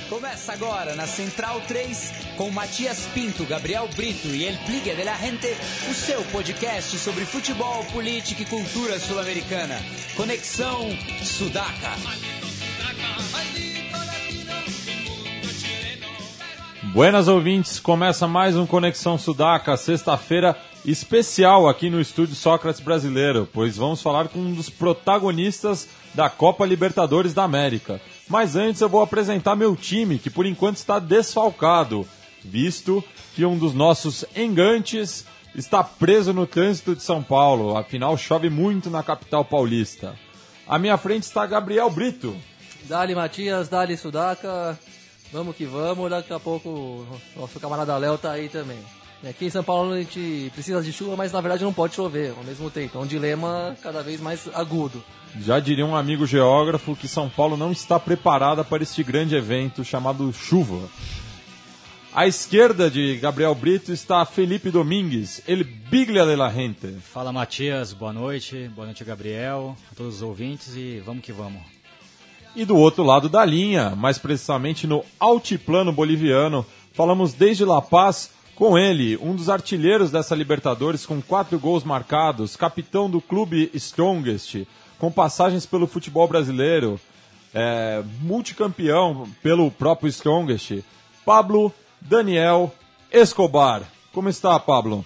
Começa agora na Central 3 com Matias Pinto, Gabriel Brito e El Pligue de la Gente, o seu podcast sobre futebol, política e cultura sul-americana. Conexão Sudaca. Buenas ouvintes, começa mais um Conexão Sudaca, sexta-feira especial aqui no Estúdio Sócrates Brasileiro, pois vamos falar com um dos protagonistas da Copa Libertadores da América. Mas antes eu vou apresentar meu time, que por enquanto está desfalcado, visto que um dos nossos engantes está preso no trânsito de São Paulo, afinal chove muito na capital paulista. À minha frente está Gabriel Brito. Dali Matias, Dali Sudaca, vamos que vamos, daqui a pouco o nosso camarada Léo tá aí também. Aqui em São Paulo a gente precisa de chuva, mas na verdade não pode chover ao mesmo tempo, é um dilema cada vez mais agudo. Já diria um amigo geógrafo que São Paulo não está preparada para este grande evento chamado chuva. À esquerda de Gabriel Brito está Felipe Domingues, El Biglia de la Gente. Fala Matias, boa noite Gabriel, a todos os ouvintes e vamos que vamos. E do outro lado da linha, mais precisamente no altiplano boliviano, falamos desde La Paz com ele, um dos artilheiros dessa Libertadores com 4 gols marcados, capitão do clube Strongest, com passagens pelo futebol brasileiro, multicampeão pelo próprio Strongest, Pablo Daniel Escobar. Como está, Pablo?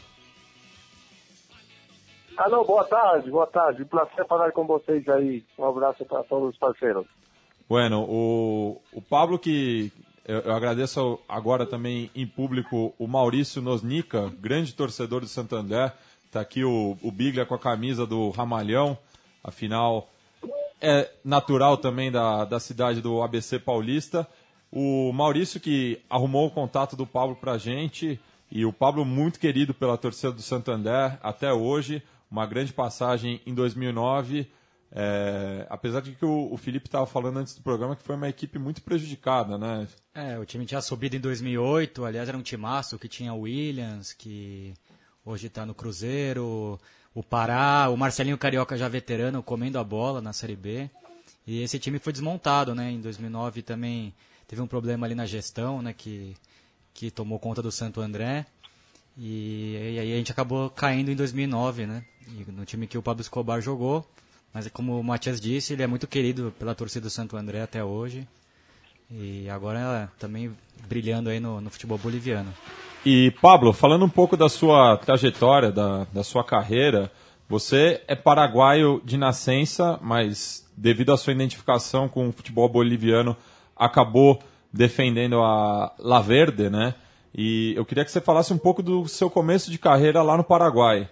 Alô, boa tarde. Prazer falar com vocês aí. Um abraço para todos os parceiros. Bueno, o Pablo, que eu agradeço agora também em público o Maurício Nosnica, grande torcedor do Santo André. Está aqui o Biglia com a camisa do Ramalhão. Afinal, é natural também da cidade do ABC Paulista. O Maurício que arrumou o contato do Pablo pra gente, e o Pablo muito querido pela torcida do Santo André até hoje, uma grande passagem em 2009, apesar de que o Felipe estava falando antes do programa que foi uma equipe muito prejudicada, né? O time tinha subido em 2008, aliás era um timaço que tinha o Williams, que hoje está no Cruzeiro, o Pará, o Marcelinho Carioca já veterano comendo a bola na Série B, e esse time foi desmontado, né? Em 2009 também teve um problema ali na gestão, né? Que tomou conta do Santo André, e aí a gente acabou caindo em 2009, né? E no time que o Pablo Escobar jogou, mas como o Matias disse, ele é muito querido pela torcida do Santo André até hoje, e agora também brilhando aí no futebol boliviano. E, Pablo, falando um pouco da sua trajetória, da sua carreira, você é paraguaio de nascença, mas devido à sua identificação com o futebol boliviano, acabou defendendo a La Verde, né? E eu queria que você falasse um pouco do seu começo de carreira lá no Paraguai.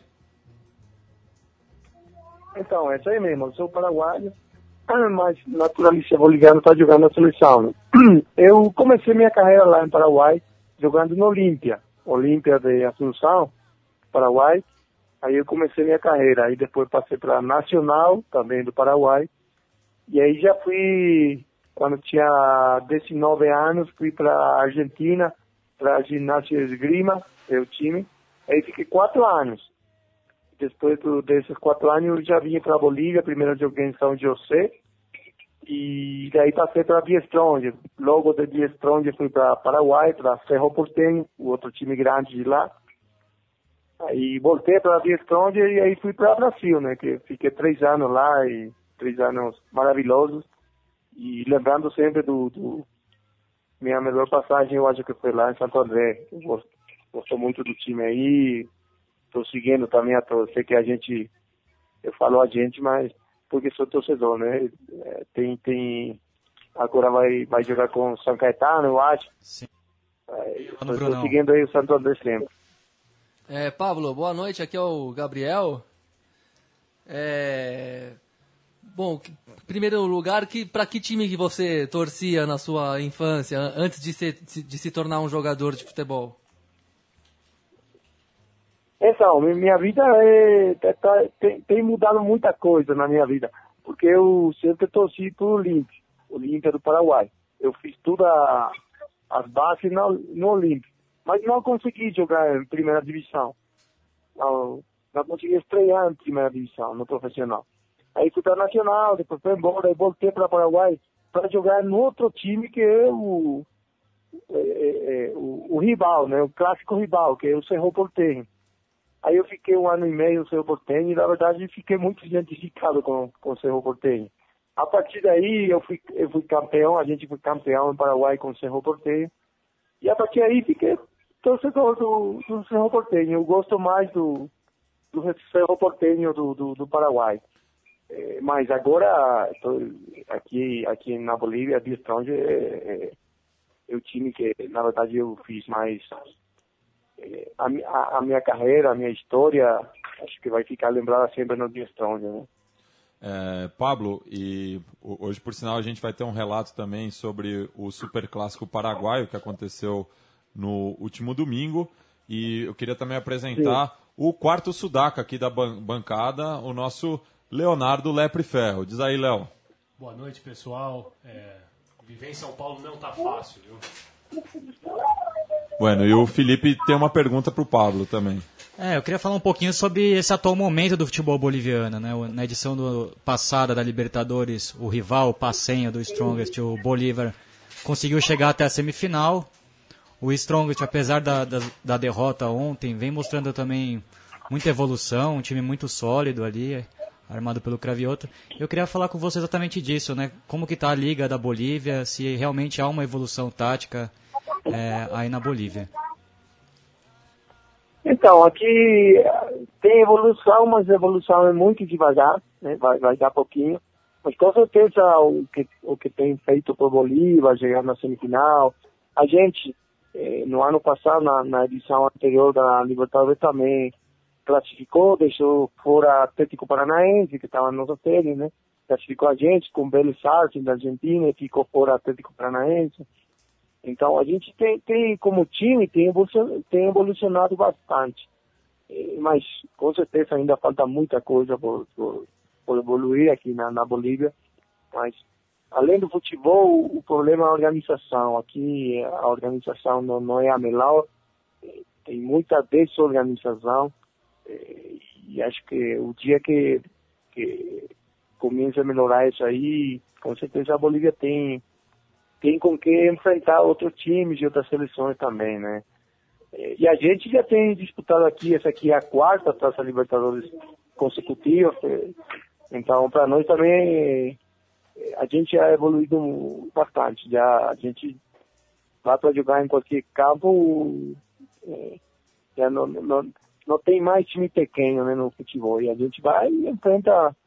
Então, é isso aí mesmo. Eu sou paraguaio, mas naturalista boliviano está jogando na seleção, né? Eu comecei minha carreira lá em Paraguai, jogando no Olímpia de Assunção, Paraguai. Aí eu comecei minha carreira, aí depois passei para Nacional, também do Paraguai. E aí já fui, quando tinha 19 anos, fui para Argentina, para Ginásio Esgrima, meu time. Aí fiquei 4 anos. Depois desses 4 anos eu já vim para Bolívia, primeiro eu joguei em São José. E daí passei para Via Strong. Logo de Via Strong fui para Paraguai, para Cerro Porteño, o outro time grande de lá. Aí voltei para Via Strong e aí fui para Brasil, né? Que fiquei 3 anos lá, e 3 anos maravilhosos. E lembrando sempre do minha melhor passagem, eu acho que foi lá em Santo André. Eu gosto muito do time aí. Estou seguindo também sei que eu falo a gente, mas porque sou torcedor, né? Agora vai jogar com o São Caetano, eu acho. Sim. Estou seguindo aí o Santo André sempre. Pablo, boa noite, aqui é o Gabriel. Bom, em primeiro lugar, para que time que você torcia na sua infância, antes de se tornar um jogador de futebol? Então, minha vida tem mudado muita coisa na minha vida, porque eu sempre torci por Olímpia do Paraguai. Eu fiz todas as bases no Olímpia, mas não consegui jogar em primeira divisão. Não consegui estrear em primeira divisão, no profissional. Aí fui para Nacional, depois fui embora, e voltei para Paraguai para jogar no outro time que é o o rival, né? O clássico rival, que é o Cerro Porteño. Aí eu fiquei 1 ano e meio no Cerro Porteño e, na verdade, fiquei muito identificado com o Cerro Porteño. A partir daí, eu fui campeão, a gente foi campeão em Paraguai com o Cerro Porteño. E a partir daí, fiquei torcedor do Cerro Porteño. Eu gosto mais do Cerro Porteño do Paraguai. Mas agora, aqui na Bolívia, The Strong é o time que, na verdade, eu fiz mais... A minha carreira, a minha história, acho que vai ficar lembrada sempre no The Strong, né? Pablo, e hoje, por sinal, a gente vai ter um relato também sobre o Superclássico Paraguaio que aconteceu no último domingo. E eu queria também apresentar o quarto sudaca aqui da bancada, o nosso Leonardo Lepre Ferro. Diz aí, Léo. Boa noite, pessoal. Viver em São Paulo não tá fácil, viu? Bueno, e o Felipe tem uma pergunta para o Pablo também. Eu queria falar um pouquinho sobre esse atual momento do futebol boliviano, né? Na edição passada da Libertadores, o rival, o Paceño do Strongest, o Bolívar, conseguiu chegar até a semifinal. O Strongest, apesar da derrota ontem, vem mostrando também muita evolução, um time muito sólido ali, armado pelo Craviotto. Eu queria falar com você exatamente disso, né? Como que está a Liga da Bolívia, se realmente há uma evolução tática aí na Bolívia. Então, aqui tem evolução, mas a evolução é muito devagar, né? Vai dar pouquinho. Mas com certeza o que tem feito por Bolívar, chegar na semifinal. A gente, no ano passado, na edição anterior da Libertadores também, classificou, deixou fora Atlético Paranaense, que estava na nossa série, né? Classificou a gente com Vélez Sarsfield da Argentina e ficou fora Atlético Paranaense. Então, a gente tem como time, tem evolucionado bastante. Mas, com certeza, ainda falta muita coisa por evoluir aqui na Bolívia. Mas, além do futebol, o problema é a organização. Aqui, a organização não é a melhor. Tem muita desorganização. E acho que o dia que começa a melhorar isso aí, com certeza a Bolívia tem com que enfrentar outros times e outras seleções também, né? E a gente já tem disputado aqui, essa aqui é a quarta Taça Libertadores consecutiva, então para nós também a gente já evoluído bastante, já a gente vai para jogar em qualquer campo, já não tem mais time pequeno, né, no futebol, e a gente vai e enfrenta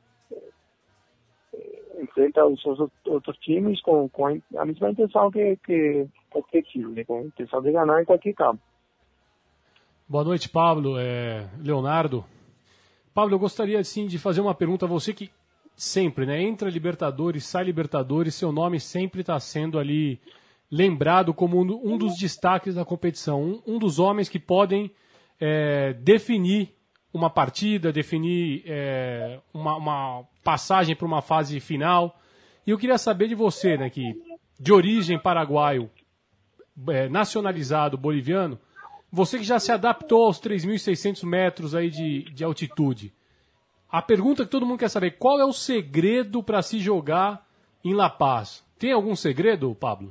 os outros times com a mesma intenção que qualquer time, né? Com a intenção de ganhar em qualquer campo. Boa noite, Pablo. Leonardo. Pablo, eu gostaria assim, de fazer uma pergunta a você que sempre, né, entra Libertadores, sai Libertadores, seu nome sempre está sendo ali lembrado como um dos destaques da competição, um dos homens que podem definir uma partida, definir uma passagem para uma fase final. E eu queria saber de você, né, que de origem paraguaio, nacionalizado boliviano, você que já se adaptou aos 3.600 metros aí de altitude. A pergunta que todo mundo quer saber, qual é o segredo para se jogar em La Paz? Tem algum segredo, Pablo?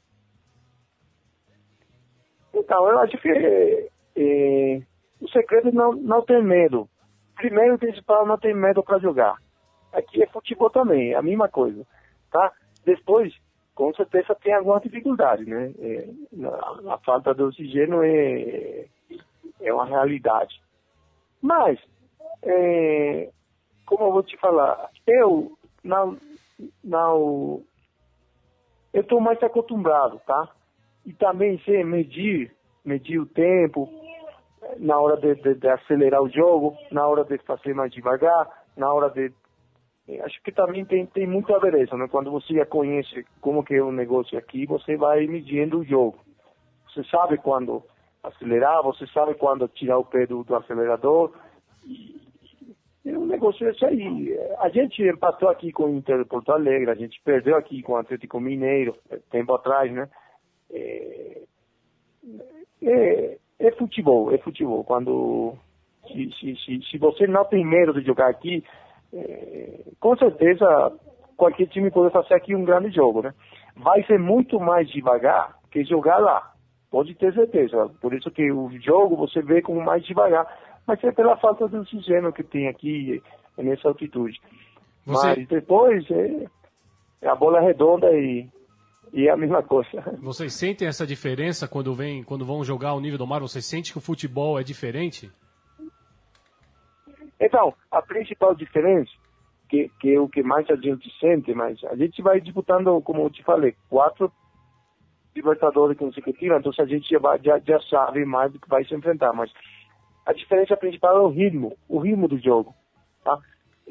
Então, eu acho que o segredo não tem medo. Primeiro, o principal, não tem medo para jogar. Aqui é futebol também, é a mesma coisa, tá? Depois, com certeza tem alguma dificuldade, né? A falta de oxigênio é uma realidade. Mas, como eu vou te falar, eu estou mais acostumado, tá? E também sei medir o tempo, na hora de acelerar o jogo, na hora de fazer mais devagar, na hora de... Acho que também tem muito a ver isso, né? Quando você já conhece como que é o negócio aqui, você vai medindo o jogo. Você sabe quando acelerar, você sabe quando tirar o pé do acelerador. E o negócio é isso aí. A gente empatou aqui com o Inter de Porto Alegre, a gente perdeu aqui com o Atlético Mineiro, tempo atrás, né? É futebol. Quando se você não tem medo de jogar aqui, com certeza qualquer time pode fazer aqui um grande jogo, né? Vai ser muito mais devagar, que jogar lá. Pode ter certeza. Por isso que o jogo você vê como mais devagar. Mas é pela falta de oxigênio que tem aqui nessa altitude. Mas depois a bola é redonda e é a mesma coisa. Vocês sentem essa diferença quando vão jogar ao nível do mar? Vocês sentem que o futebol é diferente? Então, a principal diferença, que é o que mais a gente sente, mas a gente vai disputando, como eu te falei, 4 Libertadores consecutivos, então a gente já sabe mais do que vai se enfrentar, mas a diferença principal é o ritmo do jogo. Tá?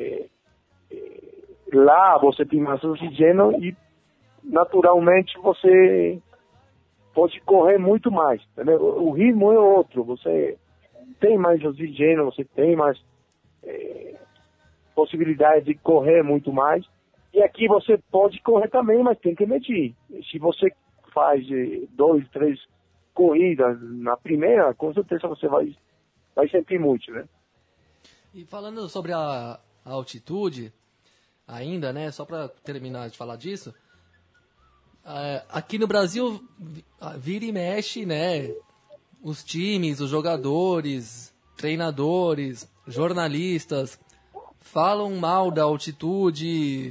Lá você tem mais oxigênio e naturalmente você pode correr muito mais. Entendeu? O ritmo é outro, você tem mais oxigênio, você tem mais possibilidade de correr muito mais. E aqui você pode correr também, mas tem que medir. Se você faz 2, 3 corridas na primeira, com certeza você vai sentir muito, né? E falando sobre a altitude, ainda, né, só para terminar de falar disso, aqui no Brasil vira e mexe, né, os times, os jogadores, treinadores, jornalistas falam mal da altitude,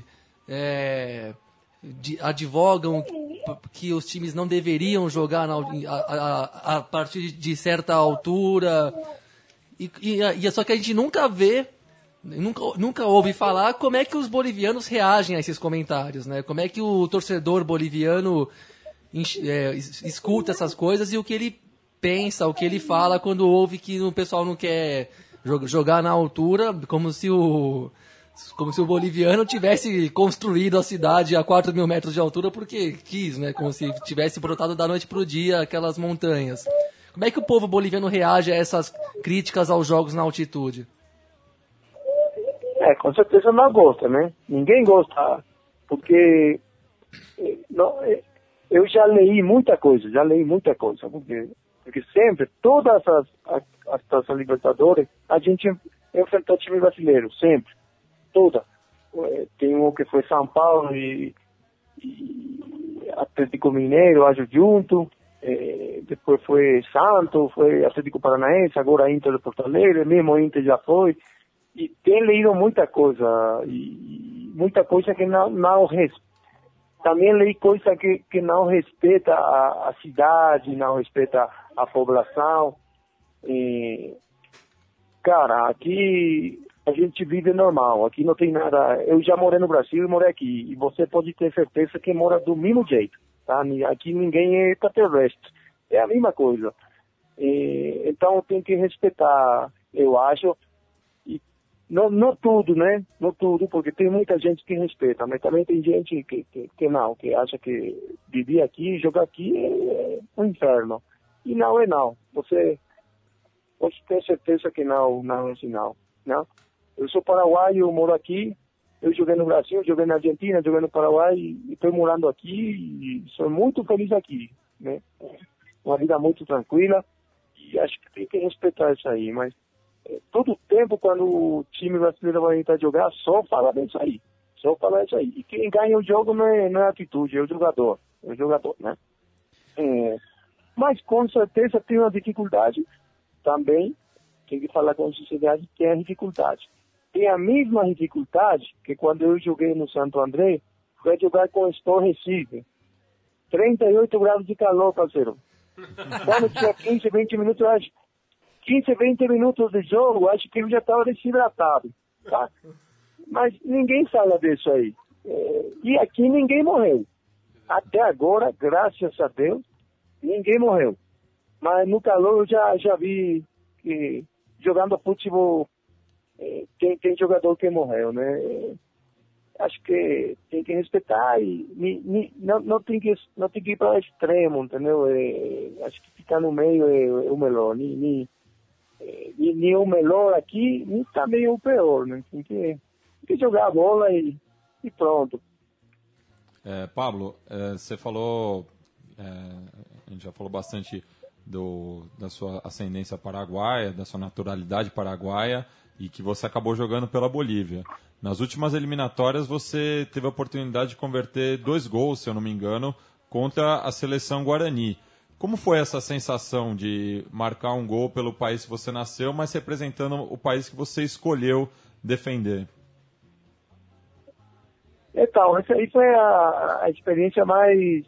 advogam que os times não deveriam jogar a partir de certa altura, e só que a gente nunca vê, nunca ouve falar como é que os bolivianos reagem a esses comentários, né? Como é que o torcedor boliviano escuta essas coisas e o que ele pensa, o que ele fala quando ouve que o pessoal não quer jogar na altura, como se o boliviano tivesse construído a cidade a 4.000 metros de altura porque quis, né? Como se tivesse brotado da noite para o dia aquelas montanhas. Como é que o povo boliviano reage a essas críticas aos jogos na altitude? Com certeza não gosta, né? Ninguém gosta, porque eu já leí muita coisa, porque sempre, todas as Libertadores, a gente enfrentou time brasileiro, sempre, toda. Tem um que foi São Paulo e Atlético Mineiro, acho junto, depois foi Santos, foi Atlético Paranaense, agora Inter de Porto Alegre, mesmo Inter já foi. E tem leído muita coisa, e muita coisa que não respeita. Também leí coisa que não respeita a cidade, não respeita a população. Cara, aqui a gente vive normal, aqui não tem nada. Eu já morei no Brasil e morei aqui, e você pode ter certeza que mora do mesmo jeito, tá? Aqui ninguém é extraterrestre, é a mesma coisa. Então tem que respeitar, eu acho. Não tudo, né? Não tudo, porque tem muita gente que respeita, mas também tem gente que não, que acha que viver aqui, jogar aqui é um inferno. E não é não. Você pode ter certeza que não é assim não. Eu sou paraguaio, eu moro aqui, eu joguei no Brasil, joguei na Argentina, joguei no Paraguai e estou morando aqui e sou muito feliz aqui, né? Uma vida muito tranquila e acho que tem que respeitar isso aí, mas todo o tempo, quando o time brasileiro vai entrar jogar, só fala disso aí. E quem ganha o jogo não é a atitude, é o jogador. Né? Mas com certeza tem uma dificuldade também, tem que falar com a sociedade, tem a dificuldade. Tem a mesma dificuldade que quando eu joguei no Santo André, foi jogar com o Sport Recife. 38 graus de calor, parceiro. Quando tinha 15, 20 minutos, eu acho 15, 20 minutos de jogo, acho que eu já estava desidratado, tá? Mas ninguém fala disso aí. E aqui ninguém morreu. Até agora, graças a Deus, ninguém morreu. Mas no calor eu já vi que jogando futebol tem jogador que morreu, né? Acho que tem que respeitar e não tem que ir para o extremo, entendeu? Acho que ficar no meio é o melhor. Nem o melhor aqui, nem também o pior, né? Tem que jogar a bola e pronto. Pablo, você falou, a gente já falou bastante da sua ascendência paraguaia, da sua naturalidade paraguaia e que você acabou jogando pela Bolívia. Nas últimas eliminatórias você teve a oportunidade de converter 2 gols, se eu não me engano, contra a seleção Guarani. Como foi essa sensação de marcar um gol pelo país que você nasceu, mas representando o país que você escolheu defender? Então, essa aí foi a experiência mais...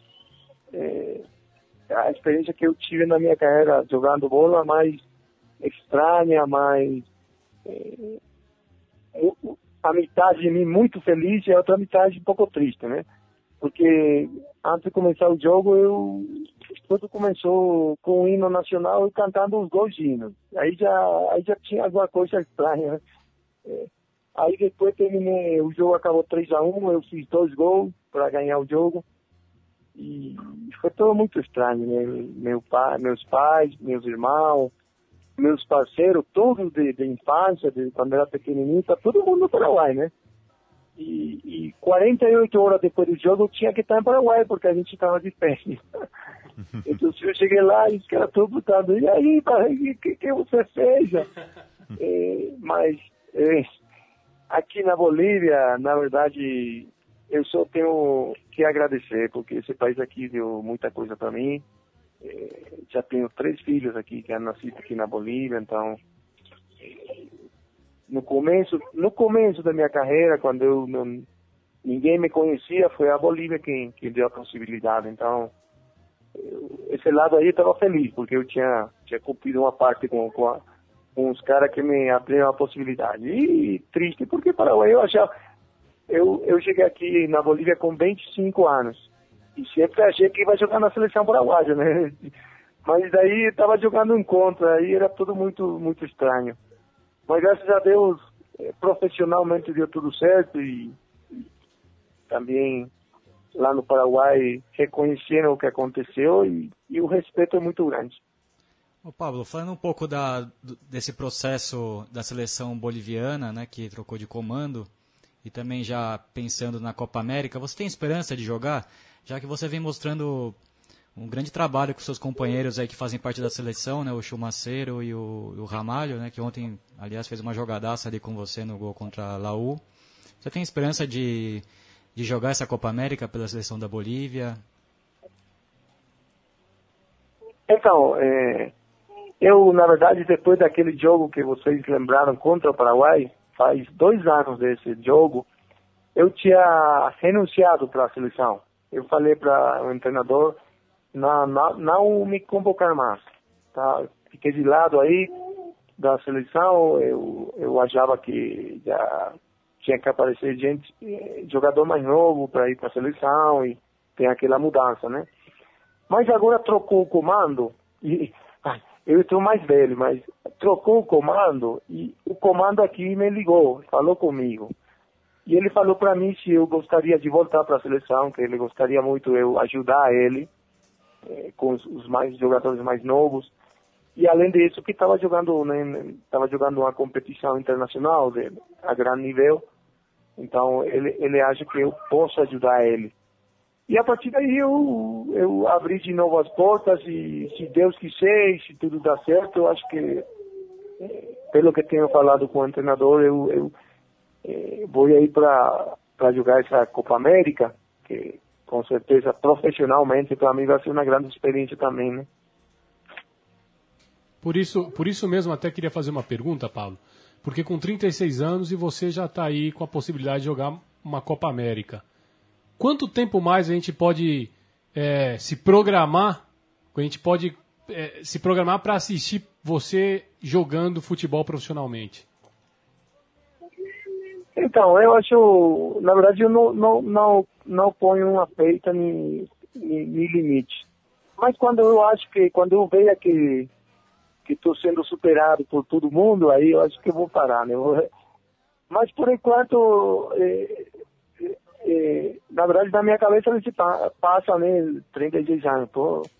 a experiência que eu tive na minha carreira jogando bola mais estranha, mais... a metade de mim muito feliz e a outra metade um pouco triste, né? Porque antes de começar o jogo, tudo começou com o hino nacional e cantando os dois hinos. Aí já tinha alguma coisa estranha, né? Aí depois terminei, o jogo acabou 3-1, eu fiz 2 gols para ganhar o jogo. E foi tudo muito estranho, né? Meus pais, meus irmãos, meus parceiros, todos de infância, quando era pequenininho, tá todo mundo no Paraguai, né? E 48 horas depois do jogo eu tinha que estar em Paraguai, porque a gente estava de férias. Então eu cheguei lá e os caras todos lutando, e aí, o que você fez? Mas aqui na Bolívia, na verdade, eu só tenho que agradecer, porque esse país aqui deu muita coisa para mim. Já tenho 3 filhos aqui que han nascido aqui na Bolívia, então no começo da minha carreira, quando ninguém me conhecia, foi a Bolívia quem deu a possibilidade. Então esse lado aí eu estava feliz, porque eu tinha cumprido uma parte com os caras que me abriram a possibilidade. E triste, porque Paraguai eu cheguei aqui na Bolívia com 25 anos. E sempre achei que ia jogar na seleção paraguaia, né? Mas daí estava jogando em contra, aí era tudo muito, muito estranho. Mas graças a Deus, profissionalmente deu tudo certo e também lá no Paraguai reconheceram o que aconteceu e o respeito é muito grande. Ô Pablo, falando um pouco desse processo da seleção boliviana, né, que trocou de comando, e também já pensando na Copa América, você tem esperança de jogar? Já que você vem mostrando um grande trabalho com seus companheiros aí que fazem parte da seleção, né, o Chumaceiro e o Ramalho, né, que ontem, aliás, fez uma jogadaça ali com você no gol contra a Laú. Você tem esperança de jogar essa Copa América pela seleção da Bolívia? Então, eu, na verdade, depois daquele jogo que vocês lembraram contra o Paraguai, faz 2 anos desse jogo, eu tinha renunciado para a seleção. Eu falei para o treinador não me convocar mais. Tá? Fiquei de lado aí da seleção, eu achava que já tinha que aparecer jogador mais novo para ir para a seleção e tem aquela mudança, né? Mas agora trocou o comando e eu estou mais velho, mas trocou o comando e o comando aqui me ligou, falou comigo. E ele falou para mim se eu gostaria de voltar para a seleção, que ele gostaria muito eu ajudar ele com os jogadores mais novos. E além disso, que estava jogando, né, uma competição internacional a grande nível. Então ele acha que eu posso ajudar ele. E a partir daí eu abri de novo as portas e se Deus quiser, e se tudo dá certo, eu acho que, pelo que tenho falado com o treinador, eu vou aí para jogar essa Copa América, que com certeza profissionalmente para mim vai ser uma grande experiência também, né? Por isso mesmo até queria fazer uma pergunta, Paulo, porque com 36 anos e você já está aí com a possibilidade de jogar uma Copa América. Quanto tempo mais a gente pode se programar? A gente pode se programar para assistir você jogando futebol profissionalmente? Então, eu acho, na verdade, eu não ponho uma feita nem limite. Mas quando eu vejo que estou sendo superado por todo mundo, aí eu acho que eu vou parar, né? Mas por enquanto, na verdade, na minha cabeça a gente passa, né, 36 anos.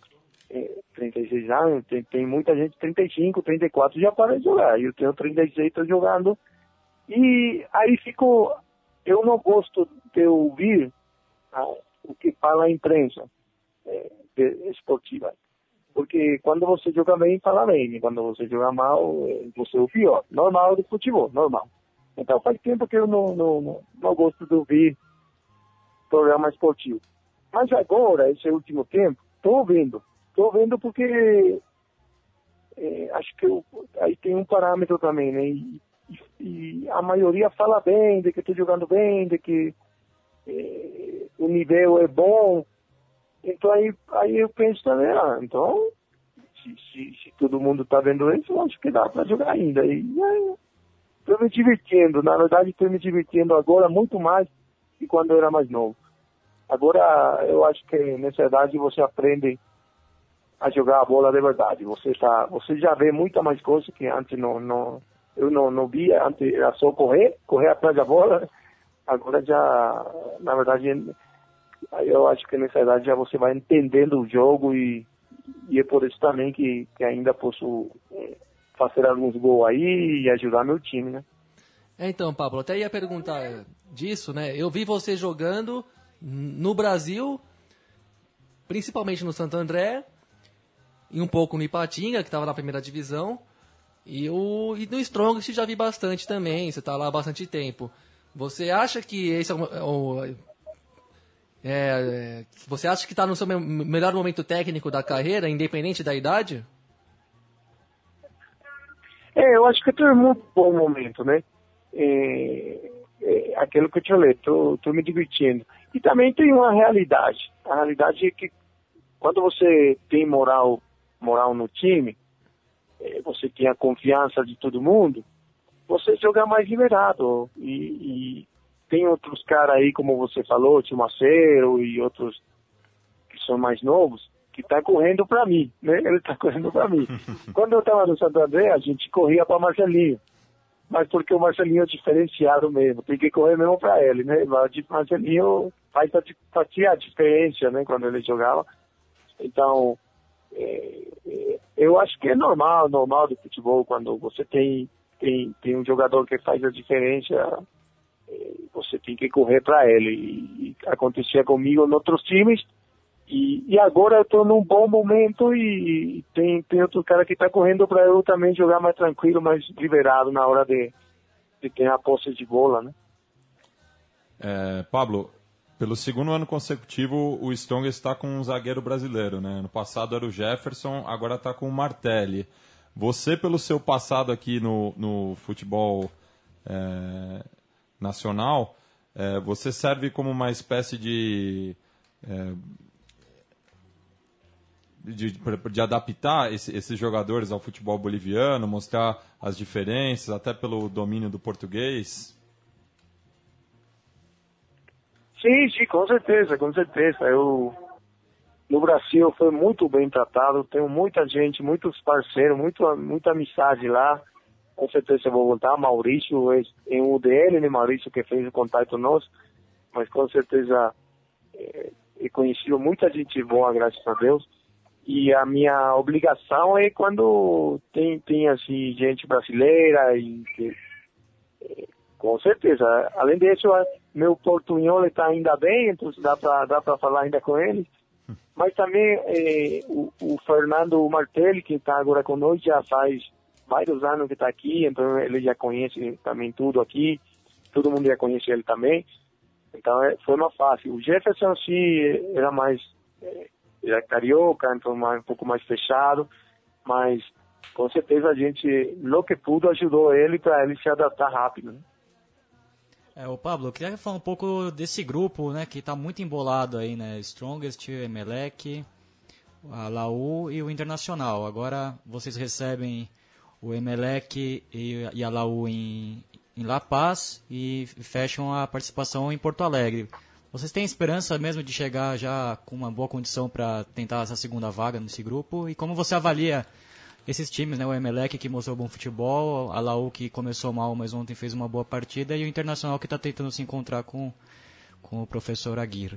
36 anos, tem muita gente, 35, 34 já para de jogar. Eu tenho 36, estou jogando. E aí eu não gosto de ouvir o que fala a imprensa esportiva. Porque quando você joga bem, fala bem. E quando você joga mal, você é o pior. Normal do futebol, normal. Então faz tempo que eu não gosto de ouvir programa esportivo. Mas agora, esse último tempo, estou vendo porque acho que aí tem um parâmetro também, né? E a maioria fala bem, de que estou jogando bem, de que o nível é bom. Então aí eu penso também, então se todo mundo está vendo isso, eu acho que dá para jogar ainda. E estou me divertindo, na verdade estou me divertindo agora muito mais que quando eu era mais novo. Agora eu acho que nessa idade você aprende a jogar a bola de verdade. Você já vê muita mais coisa que antes eu não via, antes era só correr atrás da bola. Agora já, na verdade, eu acho que nessa idade já você vai entendendo o jogo e é por isso também que ainda posso fazer alguns gols aí e ajudar meu time, né? Então, Pablo, até ia perguntar disso, né? Eu vi você jogando no Brasil, principalmente no Santo André, e um pouco no Ipatinga, que estava na primeira divisão, e no Strongest já vi bastante também, você está lá há bastante tempo. Você acha que esse você acha que está no seu melhor momento técnico da carreira, independente da idade? Eu acho que estou em muito bom momento, né? Aquilo que eu te falei, estou me divertindo. E também tem uma realidade. A realidade é que quando você tem moral no time, você tem a confiança de todo mundo, você joga mais liberado. E tem outros caras aí, como você falou, Tio Maceiro e outros que são mais novos, que tá correndo para mim, né? Ele tá correndo para mim. Quando eu estava no Santo André, a gente corria para Marcelinho. Mas porque o Marcelinho é diferenciado mesmo, tem que correr mesmo para ele, né? O Marcelinho fazia a diferença, né? Quando ele jogava. Então, eu acho que é normal do futebol, quando você tem um jogador que faz a diferença, você tem que correr para ele. E acontecia comigo em outros times, e agora eu estou num bom momento e tem outro cara que está correndo para eu também jogar mais tranquilo, mais liberado na hora de ter a posse de bola, né? Pablo, pelo segundo ano consecutivo, o Strongest está com um zagueiro brasileiro, né? No passado era o Jefferson, agora está com o Martelli. Você, pelo seu passado aqui no futebol nacional, você serve como uma espécie de adaptar esses jogadores ao futebol boliviano, mostrar as diferenças, até pelo domínio do português? Sim, com certeza. Eu, no Brasil, fui muito bem tratado, tenho muita gente, muitos parceiros, muita amizade lá. Com certeza eu vou voltar. Maurício, em UDL, né? Maurício que fez o contato nosso, mas com certeza eu conheci muita gente boa, graças a Deus. E a minha obrigação é quando tem assim, gente brasileira e com certeza. Além disso, meu portunhol está ainda bem, então dá para falar ainda com ele. Mas também o Fernando Martelli, que está agora conosco, já faz vários anos que está aqui, então ele já conhece também tudo aqui, todo mundo já conhece ele também. Então foi mais fácil. O Jefferson, sim, era mais... era carioca, então um pouco mais fechado, mas com certeza a gente, no que pudo, ajudou ele para ele se adaptar rápido, né? Ô Pablo, eu queria falar um pouco desse grupo, né, que está muito embolado aí, né? Strongest, Emelec, a Laú e o Internacional. Agora vocês recebem o Emelec e a Laú em La Paz e fecham a participação em Porto Alegre. Vocês têm esperança mesmo de chegar já com uma boa condição para tentar essa segunda vaga nesse grupo? E como você avalia esses times, né? O Emelec, que mostrou bom futebol, a Laú, que começou mal, mas ontem fez uma boa partida, e o Internacional, que está tentando se encontrar com o professor Aguirre.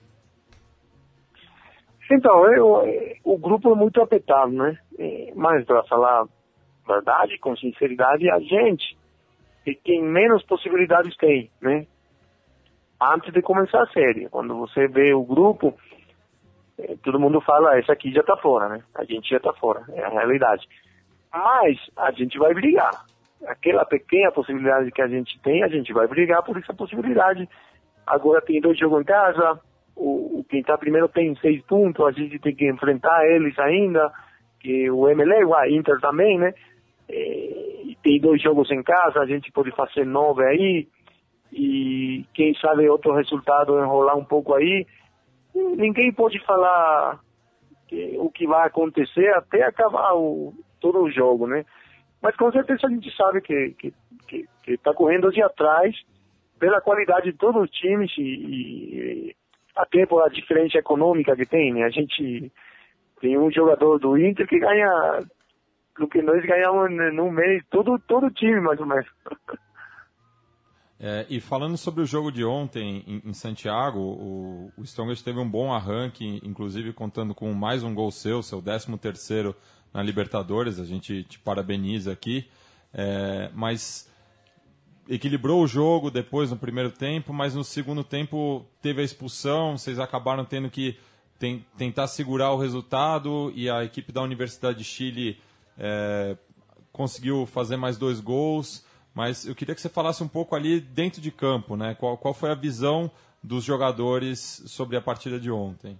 Então, o grupo é muito apertado, né? Mas, para falar a verdade, com sinceridade, a gente é quem menos possibilidades tem, né? Antes de começar a série, quando você vê o grupo, todo mundo fala, esse aqui já está fora, né? A gente já está fora, é a realidade. Mas a gente vai brigar. Aquela pequena possibilidade que a gente tem, a gente vai brigar por essa possibilidade. Agora tem 2 jogos em casa, quem está primeiro tem 6 pontos, a gente tem que enfrentar eles ainda, que o MLE, o Inter também, né? E tem 2 jogos em casa, a gente pode fazer 9 aí, e quem sabe outro resultado enrolar um pouco aí. Ninguém pode falar o que vai acontecer até acabar todo o jogo, né? Mas com certeza a gente sabe que está correndo de atrás pela qualidade de todos os times e até por a diferença econômica que tem, né? A gente tem um jogador do Inter que ganha o que nós ganhamos no mês, todo o time, mais ou menos. E falando sobre o jogo de ontem em Santiago, o Strongest teve um bom arranque, inclusive contando com mais um gol seu 13º na Libertadores, a gente te parabeniza aqui, mas equilibrou o jogo depois no primeiro tempo, mas no segundo tempo teve a expulsão, vocês acabaram tendo que tentar segurar o resultado e a equipe da Universidade de Chile conseguiu fazer mais 2 gols, mas eu queria que você falasse um pouco ali dentro de campo, né? Qual foi a visão dos jogadores sobre a partida de ontem?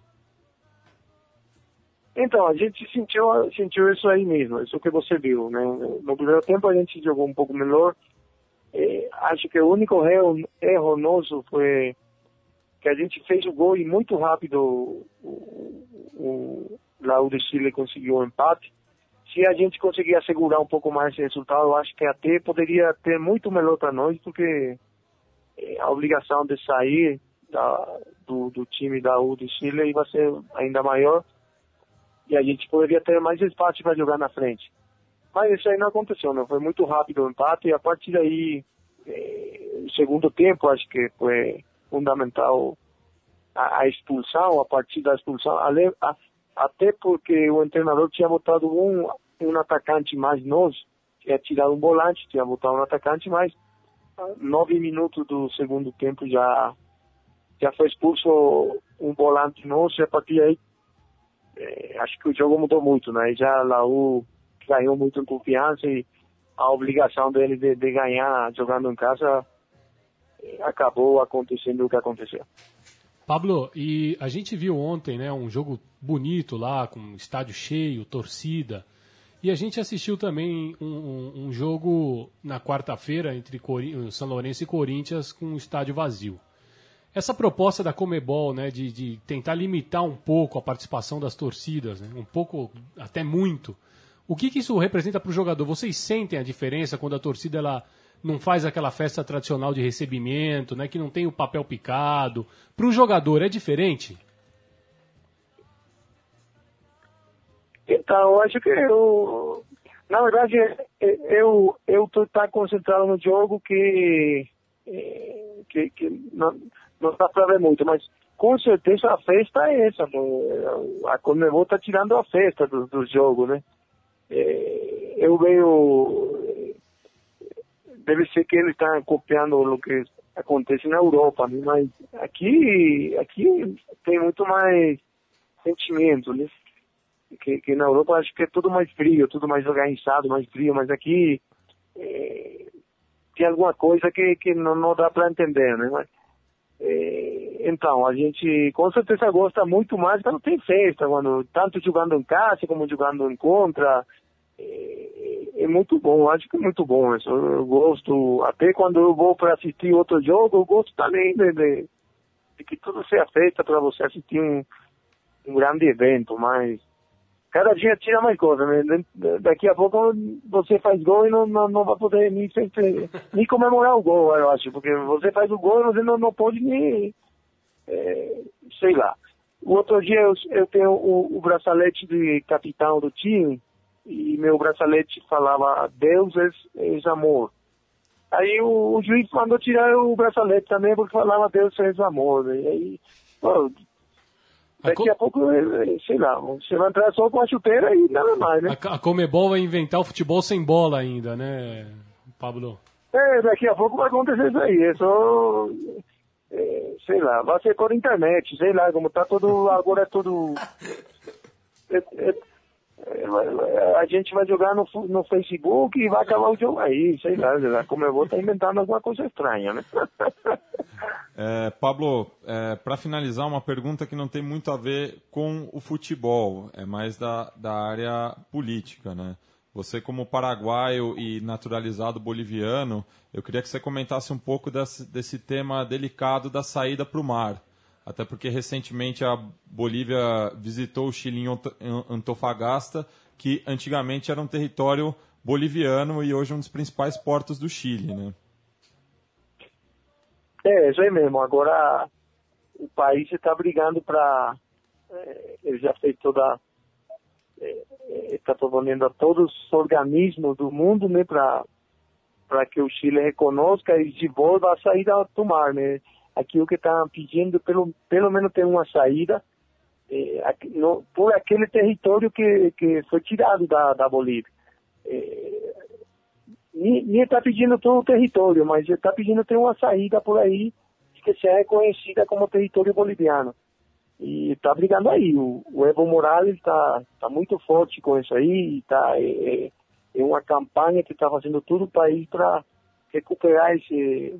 Então, a gente sentiu isso aí mesmo, isso que você viu, né? No primeiro tempo a gente jogou um pouco melhor. Acho que o único erro nosso foi que a gente fez o gol e muito rápido lá o de Chile conseguiu o empate. Se a gente conseguir assegurar um pouco mais esse resultado, eu acho que até poderia ter muito melhor para nós, porque a obrigação de sair do time da U de Chile vai ser ainda maior e a gente poderia ter mais espaço para jogar na frente. Mas isso aí não aconteceu, não. Foi muito rápido o empate e a partir daí, no segundo tempo, acho que foi fundamental a expulsão, a partir da expulsão, até porque o treinador tinha botado um atacante mais nosso, tinha tirado um volante, tinha botado um atacante mais. 9 minutos do segundo tempo já foi expulso um volante nosso e a partir daí acho que o jogo mudou muito, né? Já a Laú ganhou muito em confiança e a obrigação dele de ganhar jogando em casa acabou acontecendo o que aconteceu. Pablo, e a gente viu ontem, né, um jogo bonito lá, com estádio cheio, torcida, e a gente assistiu também um jogo na quarta-feira entre São Lourenço e Corinthians com um estádio vazio. Essa proposta da Conmebol, né, de tentar limitar um pouco a participação das torcidas, né, um pouco, até muito, o que isso representa para o jogador? Vocês sentem a diferença quando a torcida ela não faz aquela festa tradicional de recebimento, né, que não tem o papel picado? Para o jogador é diferente? Então, eu acho que na verdade, eu estou concentrado no jogo que não dá para ver muito, mas com certeza a festa é essa. A Conmebol está tirando a festa do jogo, né? Eu vejo, deve ser que ele está copiando o que acontece na Europa, né? Mas aqui tem muito mais sentimento, né? Que na Europa acho que é tudo mais frio, tudo mais organizado, mais frio, mas aqui tem alguma coisa que não dá para entender, né? Mas, então, a gente com certeza gosta muito mais quando tem festa, quando tanto jogando em casa como jogando em contra. É muito bom, acho que é muito bom isso. Eu gosto, até quando eu vou para assistir outro jogo, eu gosto também de que tudo seja feito para você assistir um grande evento, mas cada dia tira mais coisa, né? Daqui a pouco você faz gol e não vai poder nem comemorar o gol, eu acho, porque você faz o gol e você não pode nem, sei lá. O outro dia eu tenho o bracelete de capitão do time e meu bracelete falava Deus é amor. Aí o juiz mandou tirar o bracelete também porque falava Deus é amor. E aí, daqui a pouco, sei lá, você vai entrar só com a chuteira e nada mais, né? A Conmebol vai inventar o futebol sem bola ainda, né, Pablo? Daqui a pouco vai acontecer isso aí. É só, sei lá, vai ser por internet, sei lá, como tá todo, agora é tudo... a gente vai jogar no Facebook e vai acabar o jogo aí, sei lá, como eu vou estar inventando alguma coisa estranha, né? Pablo, para finalizar, uma pergunta que não tem muito a ver com o futebol, é mais da área política, né? Você, como paraguaio e naturalizado boliviano, eu queria que você comentasse um pouco desse tema delicado da saída para o mar. Até porque recentemente a Bolívia visitou o Chile em Antofagasta, que antigamente era um território boliviano e hoje é um dos principais portos do Chile, né? Isso aí mesmo. Agora o país está brigando para... ele já fez está proponendo a todos os organismos do mundo, né, para que o Chile reconozca e devolva a saída do mar, né? Aqui o que estão pedindo, pelo menos ter uma saída por aquele território que foi tirado da Bolívia. Nem está pedindo todo o território, mas está pedindo ter uma saída por aí que seja reconhecida como território boliviano. E está brigando aí. O Evo Morales está muito forte com isso aí. É uma campanha que está fazendo todo o país para recuperar isso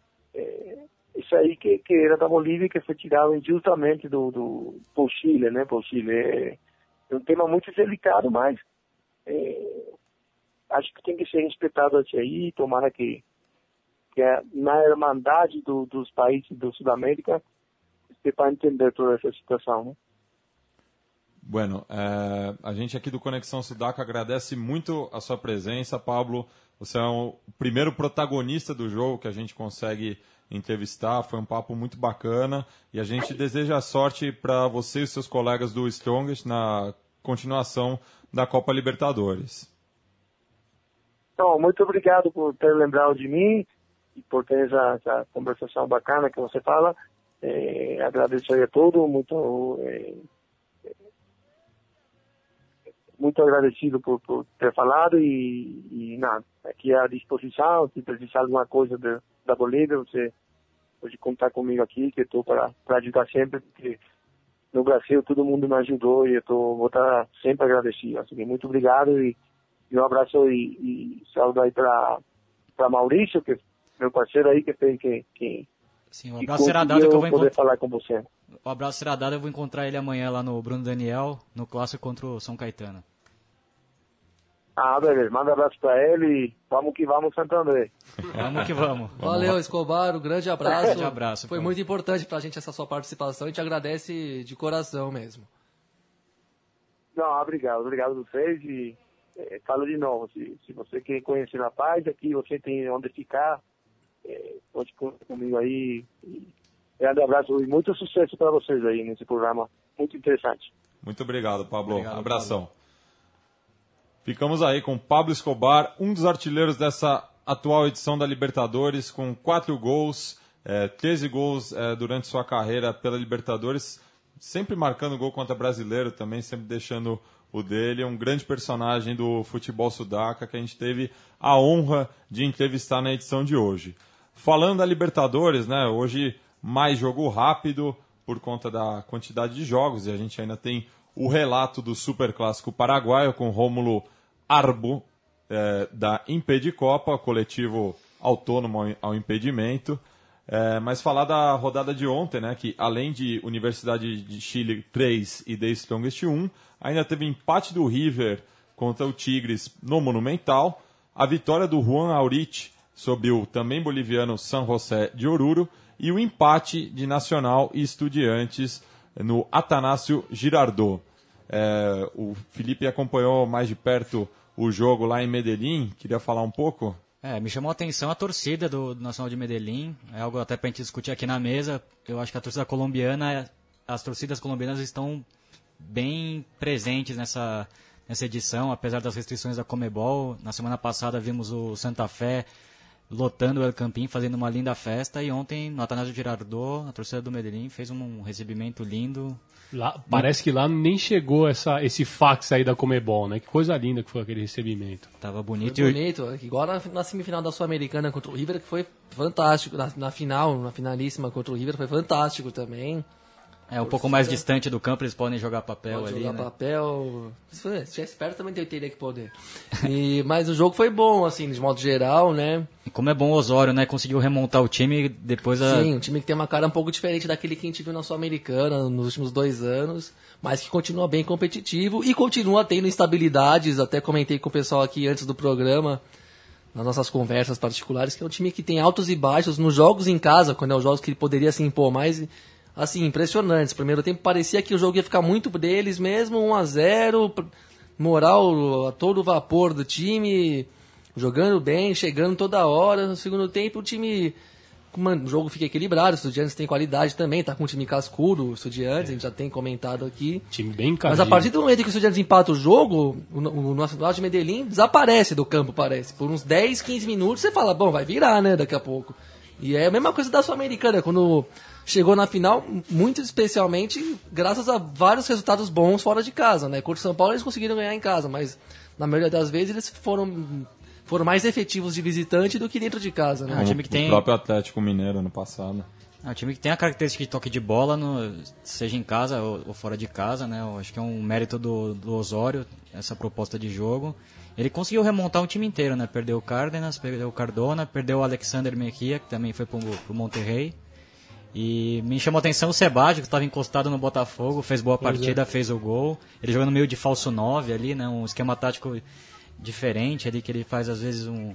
aí que era da Bolívia, que foi tirado injustamente por Chile, né? Por Chile. É um tema muito delicado, mas acho que tem que ser respeitado isso aí. Tomara que na irmandade dos países do Sudamérica para entender toda essa situação, né? Bueno, a gente aqui do Conexão Sudaca agradece muito a sua presença, Pablo. Você é o primeiro protagonista do jogo que a gente consegue entrevistar. Foi um papo muito bacana e a gente deseja sorte para você e os seus colegas do Strongest na continuação da Copa Libertadores. Então, muito obrigado por ter lembrado de mim e por ter essa conversação bacana que você fala. Agradeço aí a todos, muito agradecido por ter falado e nada, aqui à disposição. Se precisar de alguma coisa da Bolívia, você pode contar comigo aqui, que estou para ajudar sempre, porque no Brasil todo mundo me ajudou e vou estar sempre agradecido. Assim, muito obrigado e um abraço e saúde aí para Maurício, que é meu parceiro aí, que fez que sim, o abraço será dado que eu vou poder falar com você. O abraço será dado, eu vou encontrar ele amanhã lá no Bruno Daniel, no clássico contra o São Caetano. Beleza. Manda um abraço pra ele e vamos que vamos, Santander. Vamos que vamos. Valeu, Escobar, um grande abraço. Grande abraço. Foi muito importante pra gente essa sua participação e te agradece de coração mesmo. Não, obrigado a vocês e falo de novo, se você quer conhecer a paz, aqui você tem onde ficar, pode contar comigo aí. Grande abraço e muito sucesso para vocês aí nesse programa, muito interessante. Muito obrigado, Pablo. Obrigado, abração. Pablo. Ficamos aí com Pablo Escobar, um dos artilheiros dessa atual edição da Libertadores, com 4 gols, 13 gols durante sua carreira pela Libertadores, sempre marcando gol contra brasileiro também, sempre deixando o dele. Um grande personagem do futebol sudaca que a gente teve a honra de entrevistar na edição de hoje. Falando da Libertadores, né, hoje mais jogo rápido por conta da quantidade de jogos, e a gente ainda tem o relato do Superclássico paraguaio com Rômulo Arbo, da Impedicopa, coletivo autônomo ao impedimento. Mas falar da rodada de ontem, né, que além de Universidade de Chile 3 e The Strongest 1, ainda teve empate do River contra o Tigres no Monumental, a vitória do Juan Aurich sobre o também boliviano San José de Oruro e o empate de Nacional e Estudiantes no Atanásio Girardot. O Felipe acompanhou mais de perto o jogo lá em Medellín, queria falar um pouco? Me chamou a atenção a torcida do Nacional de Medellín, é algo até para a gente discutir aqui na mesa. Eu acho que a torcida colombiana, as torcidas colombianas estão bem presentes nessa edição, apesar das restrições da Conmebol. Na semana passada vimos o Santa Fé lotando o El Campín, fazendo uma linda festa, e ontem no Atanásio Girardot, a torcida do Medellín fez um recebimento lindo. Lá, parece que lá nem chegou esse fax aí da Conmebol, né? Que coisa linda que foi aquele recebimento. Tava bonito. Foi bonito, igual na semifinal da Sul-Americana contra o River, que foi fantástico. Na finalíssima contra o River foi fantástico também. Um pouco mais distante do campo, eles podem jogar papel Pode ali, jogar né? papel. Se é esperto, também teria que poder. Mas o jogo foi bom, assim, de modo geral, né? E como é bom o Osório, né? Conseguiu remontar o time depois Sim, um time que tem uma cara um pouco diferente daquele que a gente viu na Sul-Americana nos últimos 2 anos, mas que continua bem competitivo e continua tendo instabilidades. Até comentei com o pessoal aqui antes do programa, nas nossas conversas particulares, que é um time que tem altos e baixos nos jogos em casa, quando é os jogos que ele poderia se impor mais, assim, impressionantes. Primeiro tempo parecia que o jogo ia ficar muito deles mesmo, 1-0, moral a todo vapor do time, jogando bem, chegando toda hora. No segundo tempo o time, o jogo fica equilibrado, o Estudiantes tem qualidade também, tá com um time cascudo, o Estudiantes, a gente já tem comentado aqui. Time bem encardido. Mas a partir do momento que o Estudiantes empata o jogo, o Nacional de Medellín desaparece do campo, parece. Por uns 10, 15 minutos você fala, bom, vai virar, né, daqui a pouco. E é a mesma coisa da Sul-Americana, quando chegou na final, muito especialmente graças a vários resultados bons fora de casa, né? Contra o São Paulo eles conseguiram ganhar em casa, mas na maioria das vezes eles foram mais efetivos de visitante do que dentro de casa, né? É um time que tem... O próprio Atlético Mineiro ano passado. É um time que tem a característica de toque de bola, seja em casa ou fora de casa, né? Eu acho que é um mérito do Osório, essa proposta de jogo. Ele conseguiu remontar um time inteiro, né? Perdeu o Cárdenas, perdeu o Cardona, perdeu o Alexander Mejia, que também foi pro Monterrey. E me chamou a atenção o Sebastião, que estava encostado no Botafogo, fez boa partida, fez o gol. Ele jogando meio de falso 9 ali, né? Um esquema tático diferente ali, que ele faz às vezes um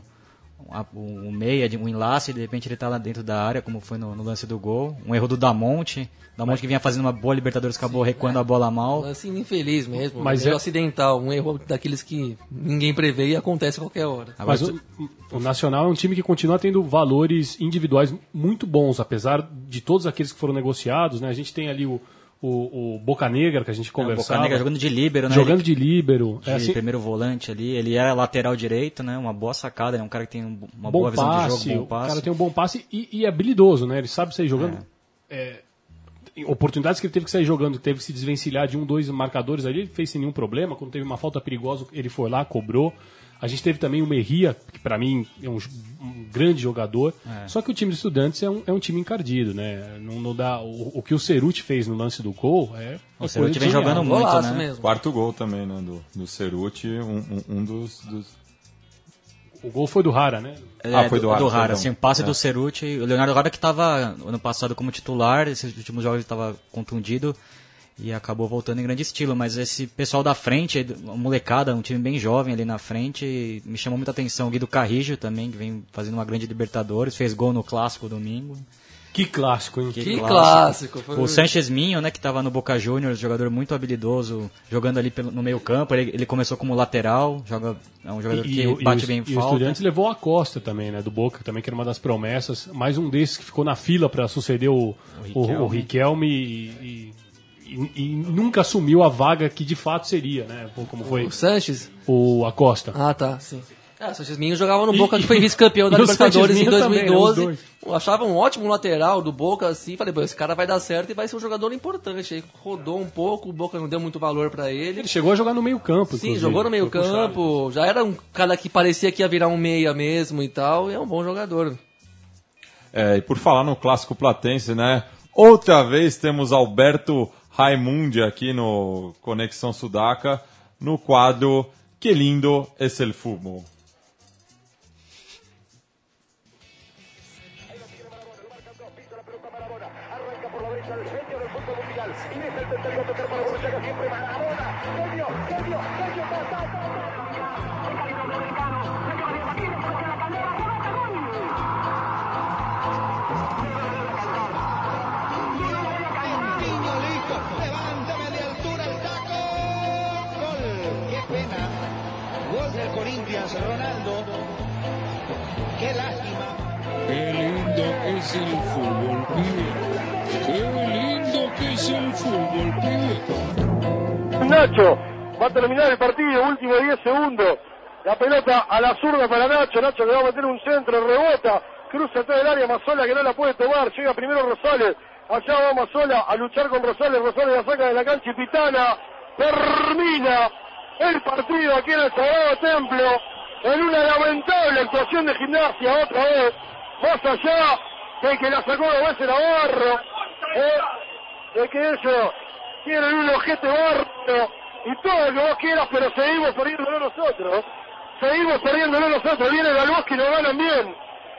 meia, um enlace, e de repente ele está lá dentro da área, como foi no lance do gol. Um erro do Damonte que vinha fazendo uma boa Libertadores, acabou recuando a bola mal. Assim, infeliz mesmo, mas meio acidental, um erro daqueles que ninguém prevê e acontece a qualquer hora. Mas o Nacional é um time que continua tendo valores individuais muito bons, apesar de todos aqueles que foram negociados, né? A gente tem ali o Boca Negra, que a gente conversava. O Boca Negra jogando de líbero, né? Jogando de líbero. Primeiro volante ali. Ele era lateral direito, né? Uma boa sacada. É um cara que tem uma boa visão de jogo, bom passe. O cara tem um bom passe e é habilidoso, né? Ele sabe sair jogando. Oportunidades que ele teve que sair jogando, teve que se desvencilhar de 2 marcadores ali, ele fez sem nenhum problema. Quando teve uma falta perigosa, ele foi lá, cobrou. A gente teve também o Mejia, que para mim é um grande jogador. Só que o time de Estudiantes é um time encardido, né? Não dá, o que o Ceruti fez no lance do gol o Ceruti vem jogando muito, né? Mesmo. Quarto gol também, né? Do Ceruti, um dos... O gol foi do Rara, né? Foi do Rara. Do Rara, assim, o passe do Ceruti. O Leonardo Rara que estava ano passado como titular, esses últimos jogos ele estava contundido e acabou voltando em grande estilo. Mas esse pessoal da frente, a molecada, um time bem jovem ali na frente, me chamou muita atenção. O Guido Carrijo também, que vem fazendo uma grande Libertadores, fez gol no Clássico domingo. Que clássico, hein? Que clássico. O Sanchez Minho, né, que estava no Boca Juniors, jogador muito habilidoso, jogando ali no meio campo. Ele começou como lateral, é um jogador que bate bem em falta. E o Estudiantes levou a Costa também, né, do Boca, também, que era uma das promessas. Mais um desses que ficou na fila para suceder o Riquelme e nunca assumiu a vaga que de fato seria, né? Como foi o Sanchez? O Acosta. Ah, tá, sim. O Sanchez Minho jogava no Boca, que foi vice-campeão da Libertadores em 2012. Também, eu achava um ótimo lateral do Boca, assim. Falei, esse cara vai dar certo e vai ser um jogador importante. Aí rodou um pouco, o Boca não deu muito valor pra ele. Ele chegou a jogar no meio campo, sim, jogou no meio campo. Já era um cara que parecia que ia virar um meia mesmo e tal. E é um bom jogador. E por falar no clássico platense, né? Outra vez temos Alberto Raimundi aqui no Conexão Sudaca, no quadro Que Lindo Es El Fútbol. Ronaldo, qué lástima. Qué lindo es el fútbol, pibe. Qué lindo que es el fútbol, pibe. Nacho, va a terminar el partido, último 10 segundos. La pelota a la zurda para Nacho, Nacho le va a meter un centro, rebota, cruza todo el área, Mazzola que no la puede tomar, llega primero Rosales, allá va Mazzola a luchar con Rosales, Rosales la saca de la cancha y Pitana termina el partido aquí en el Sagrado Templo, en una lamentable actuación de Gimnasia otra vez, más allá de que la sacó 2 veces Navarro, de que ellos tienen un ojete bárbaro y todo lo que vos quieras, pero seguimos perdiéndolo nosotros. Vienen al bosque y nos ganan bien.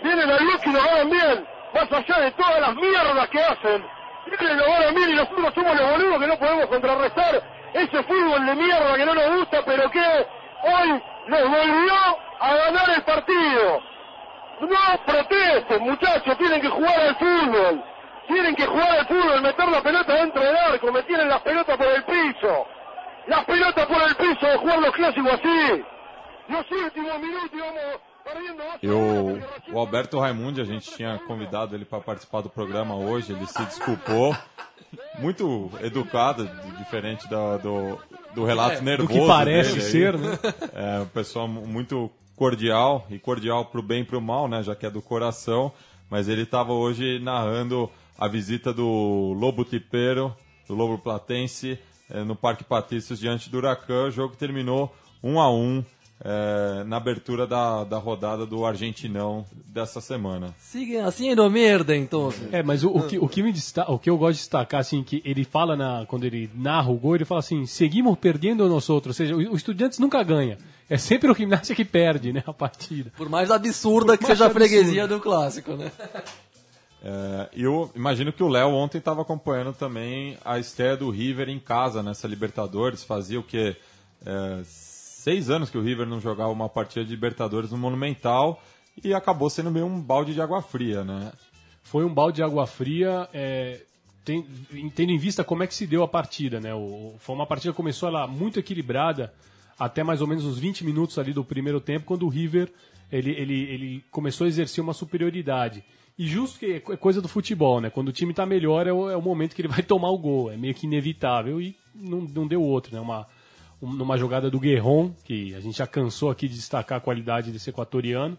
Más allá de todas las mierdas que hacen. Vienen y nos ganan bien y nosotros somos los boludos que no podemos contrarrestar ese fútbol de mierda que no nos gusta, pero que hoy nos volvió a ganar el partido. No protesten, muchachos, tienen que jugar al fútbol. Meter la pelota dentro del arco, me tienen las pelotas por el piso. De jugar los clásicos así. Nos últimos minutos vamos perdendo. O Alberto Raimundi, a gente tinha convidado ele para participar do programa hoje, ele se desculpou. Muito educado, diferente do relato nervoso do que parece dele ser, né? É uma pessoa muito cordial, e cordial pro bem e pro mal, né? Já que é do coração. Mas ele estava hoje narrando a visita do Lobo Tipeiro, do Lobo Platense, no Parque Patrícios diante do Huracan. O jogo terminou 1-1 na abertura da rodada do Argentinão dessa semana. Sigam assim no merda, então. Mas o que eu gosto de destacar, assim, que ele fala, quando ele narra o gol, ele fala assim, seguimos perdendo nós outros, ou seja, o Estudiantes nunca ganha. É sempre o Gimnasia que perde, né, a partida. Por mais absurda que seja a freguesia do clássico, né? Eu imagino que o Léo ontem estava acompanhando também a estreia do River em casa nessa Libertadores. Fazia o quê? 6 anos que o River não jogava uma partida de Libertadores no Monumental e acabou sendo meio um balde de água fria, né? Foi um balde de água fria, tendo em vista como é que se deu a partida, né? Foi uma partida que começou lá muito equilibrada até mais ou menos uns 20 minutos ali do primeiro tempo, quando o River ele começou a exercer uma superioridade. E justo que é coisa do futebol, né? Quando o time está melhor é o momento que ele vai tomar o gol, é meio que inevitável e não deu outro, né? Numa jogada do Guerron, que a gente já cansou aqui de destacar a qualidade desse equatoriano,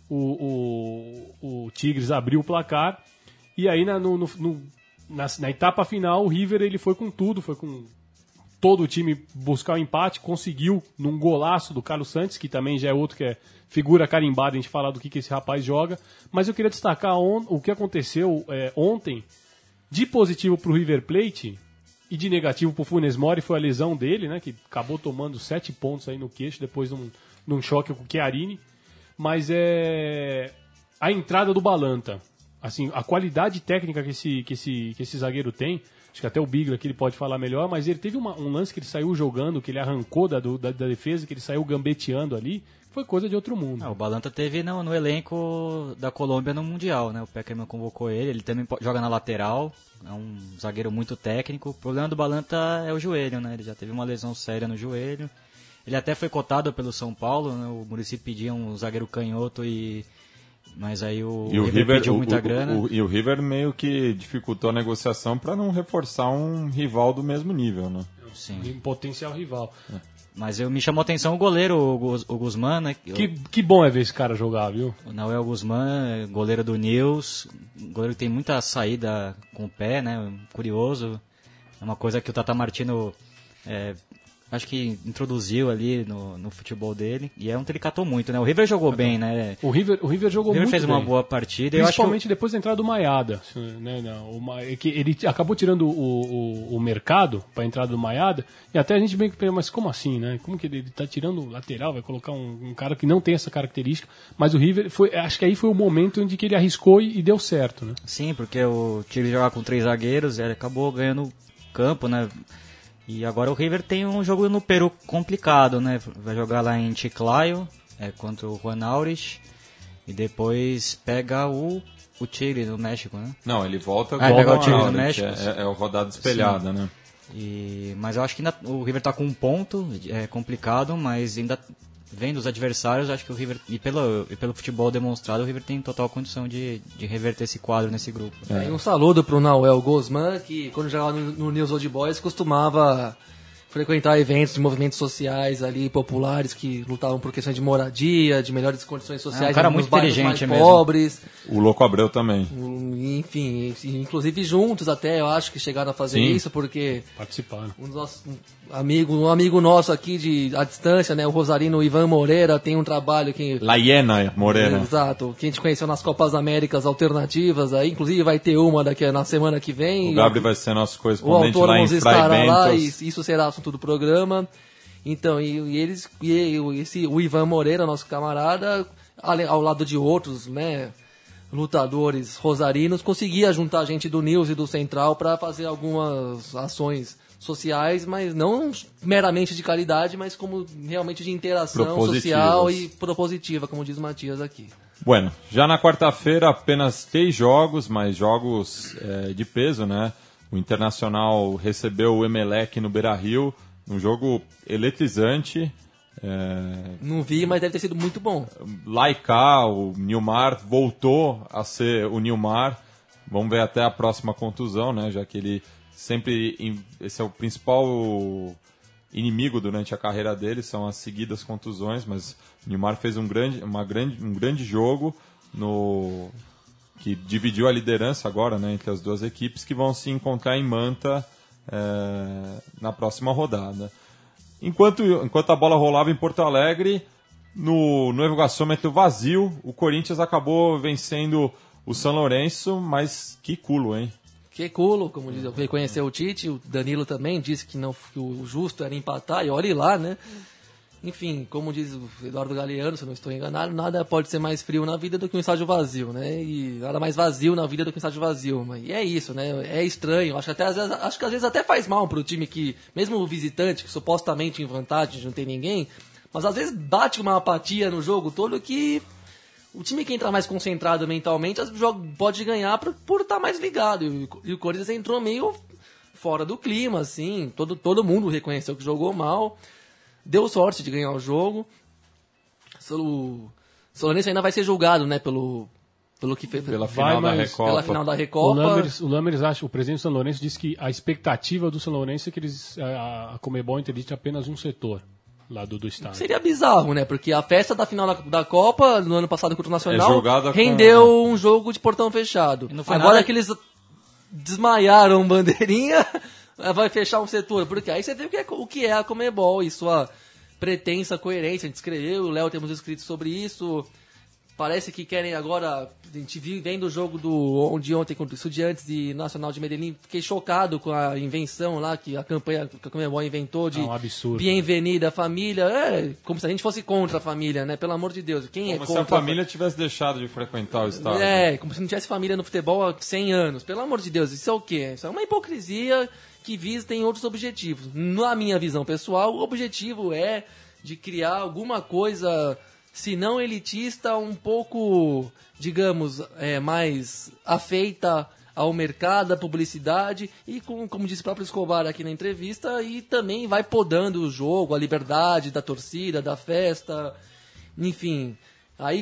o Tigres abriu o placar e aí na etapa final o River ele foi com tudo, foi com todo o time buscar o empate, conseguiu num golaço do Carlos Santos, que também já é outro que é figura carimbada, a gente falar do que esse rapaz joga, mas eu queria destacar o que aconteceu ontem de positivo para o River Plate e de negativo para o Funes Mori foi a lesão dele, né, que acabou tomando 7 pontos aí no queixo depois de um choque com o Chiarini, mas a entrada do Balanta, assim, a qualidade técnica que esse zagueiro tem, acho que até o Bigler aqui ele pode falar melhor, mas ele teve um lance que ele saiu jogando, que ele arrancou da defesa, que ele saiu gambeteando ali, foi coisa de outro mundo. O Balanta teve no elenco da Colômbia no Mundial, né? O Peckerman convocou ele também joga na lateral, é um zagueiro muito técnico. O problema do Balanta é o joelho, né? Ele já teve uma lesão séria no joelho. Ele até foi cotado pelo São Paulo, né? O Muricy pedia um zagueiro canhoto mas aí o River pediu muita grana. E o River meio que dificultou a negociação para não reforçar um rival do mesmo nível, né? Sim. Um potencial rival. Mas me chamou a atenção o goleiro, o Guzmán, né? Que bom é ver esse cara jogar, viu? O Nahuel Guzmán, goleiro do Nils, goleiro que tem muita saída com o pé, né? Curioso. É uma coisa que o Tata Martino acho que introduziu ali no futebol dele. E é um que ele catou muito, né? O River jogou bem, né? O River jogou muito bem. Fez uma boa partida. Principalmente depois da entrada do Maeda. Né? Ele acabou tirando o mercado para a entrada do Maeda. E até a gente bem que mas como assim, né? Como que ele está tirando o lateral, vai colocar um cara que não tem essa característica. Mas o River, acho que aí foi o momento onde que ele arriscou e deu certo, né? Sim, porque o Tigre jogava com 3 zagueiros, ele acabou ganhando campo, né? E agora o River tem um jogo no Peru complicado, né? Vai jogar lá em Chiclayo, contra o Juan Aurich, e depois pega o Tigre do México, né? Não, ele volta pega o Tigre do México. É a rodada espelhada, sim, né? Mas eu acho que o River tá com um ponto, é complicado, mas ainda vendo os adversários, acho que o River, e pelo futebol demonstrado, o River tem total condição de reverter esse quadro nesse grupo. E um saludo pro Nahuel Guzmán, que quando jogava no News Old Boys costumava frequentar eventos de movimentos sociais ali, populares, que lutavam por questões de moradia, de melhores condições sociais, um cara nos muito bairros inteligente mais mesmo. pobres. O Louco Abreu também. Enfim, inclusive juntos até, eu acho que chegaram a fazer Sim. isso, porque Participaram. um amigo nosso aqui à distância, né, o rosarino Ivan Moreira, tem um trabalho que... La Hiena Morena. Exato, que a gente conheceu nas Copas Américas Alternativas, aí, inclusive vai ter uma na semana que vem. O Gabriel vai ser nosso O correspondente lá em autônomos estará lá e Fraiventos. isso será assunto do programa. Então, o Ivan Moreira, nosso camarada, ao lado de outros, né, lutadores rosarinos, conseguia juntar gente do News e do Central para fazer algumas ações sociais, mas não meramente de caridade, mas como realmente de interação social e propositiva, como diz o Matias aqui. Bueno, já na quarta-feira apenas 3 jogos, mas jogos de peso, né? O Internacional recebeu o Emelec no Beira-Rio, um jogo eletrizante. Não vi, mas deve ter sido muito bom. Lá e cá, o Nilmar voltou a ser o Nilmar. Vamos ver até a próxima contusão, né? Já que ele sempre... Esse é o principal inimigo durante a carreira dele, são as seguidas contusões, mas o Nilmar fez um grande jogo que dividiu a liderança agora, né, entre as duas equipes que vão se encontrar em Manta na próxima rodada. Enquanto a bola rolava em Porto Alegre, no Novo Gasômetro vazio, o Corinthians acabou vencendo o São Lourenço, mas que culo, hein? Que culo, como diz, reconheceu o Tite, o Danilo também disse que o justo era empatar, e olhe lá, né? Enfim, como diz o Eduardo Galeano, se eu não estou enganado, nada pode ser mais frio na vida do que um estádio vazio, né? E nada mais vazio na vida do que um estádio vazio. E é isso, né? É estranho. Acho que às vezes até faz mal pro time que, mesmo o visitante, que supostamente em vantagem não tem ninguém, mas às vezes bate uma apatia no jogo todo que o time que entra mais concentrado mentalmente pode ganhar por estar mais ligado. E o Corinthians entrou meio fora do clima, assim. Todo mundo reconheceu que jogou mal. Deu sorte de ganhar o jogo. O São Lourenço ainda vai ser julgado, né, pelo que fez pela final da Recopa. O Lammers acha, o presidente do São Lourenço disse que a expectativa do São Lourenço é que a Conmebol interdite apenas um setor lá do estádio. Seria bizarro, né? Porque a festa da final da Copa, no ano passado contra o Nacional, jogada rendeu um jogo de portão fechado. Agora que eles desmaiaram bandeirinha, vai fechar um setor. Porque aí você vê o que é a Conmebol e sua pretensa coerência. A gente escreveu, o Léo temos escrito sobre isso. Parece que querem agora... A gente vendo o jogo de ontem contra o Estudiantes e Nacional de Medellín, fiquei chocado com a invenção lá, que a campanha que a Conmebol inventou de um absurdo. Bienvenida Família. Como se a gente fosse contra a família, né? Pelo amor de Deus. Quem é como contra se a família tivesse deixado de frequentar o estádio. como se não tivesse família no futebol há 100 anos. Pelo amor de Deus, isso é o quê? Isso é uma hipocrisia que tem outros objetivos. Na minha visão pessoal, o objetivo é de criar alguma coisa, se não elitista, um pouco, digamos, mais afeita ao mercado, à publicidade, e como disse o próprio Escobar aqui na entrevista, e também vai podando o jogo, a liberdade da torcida, da festa, enfim. Aí,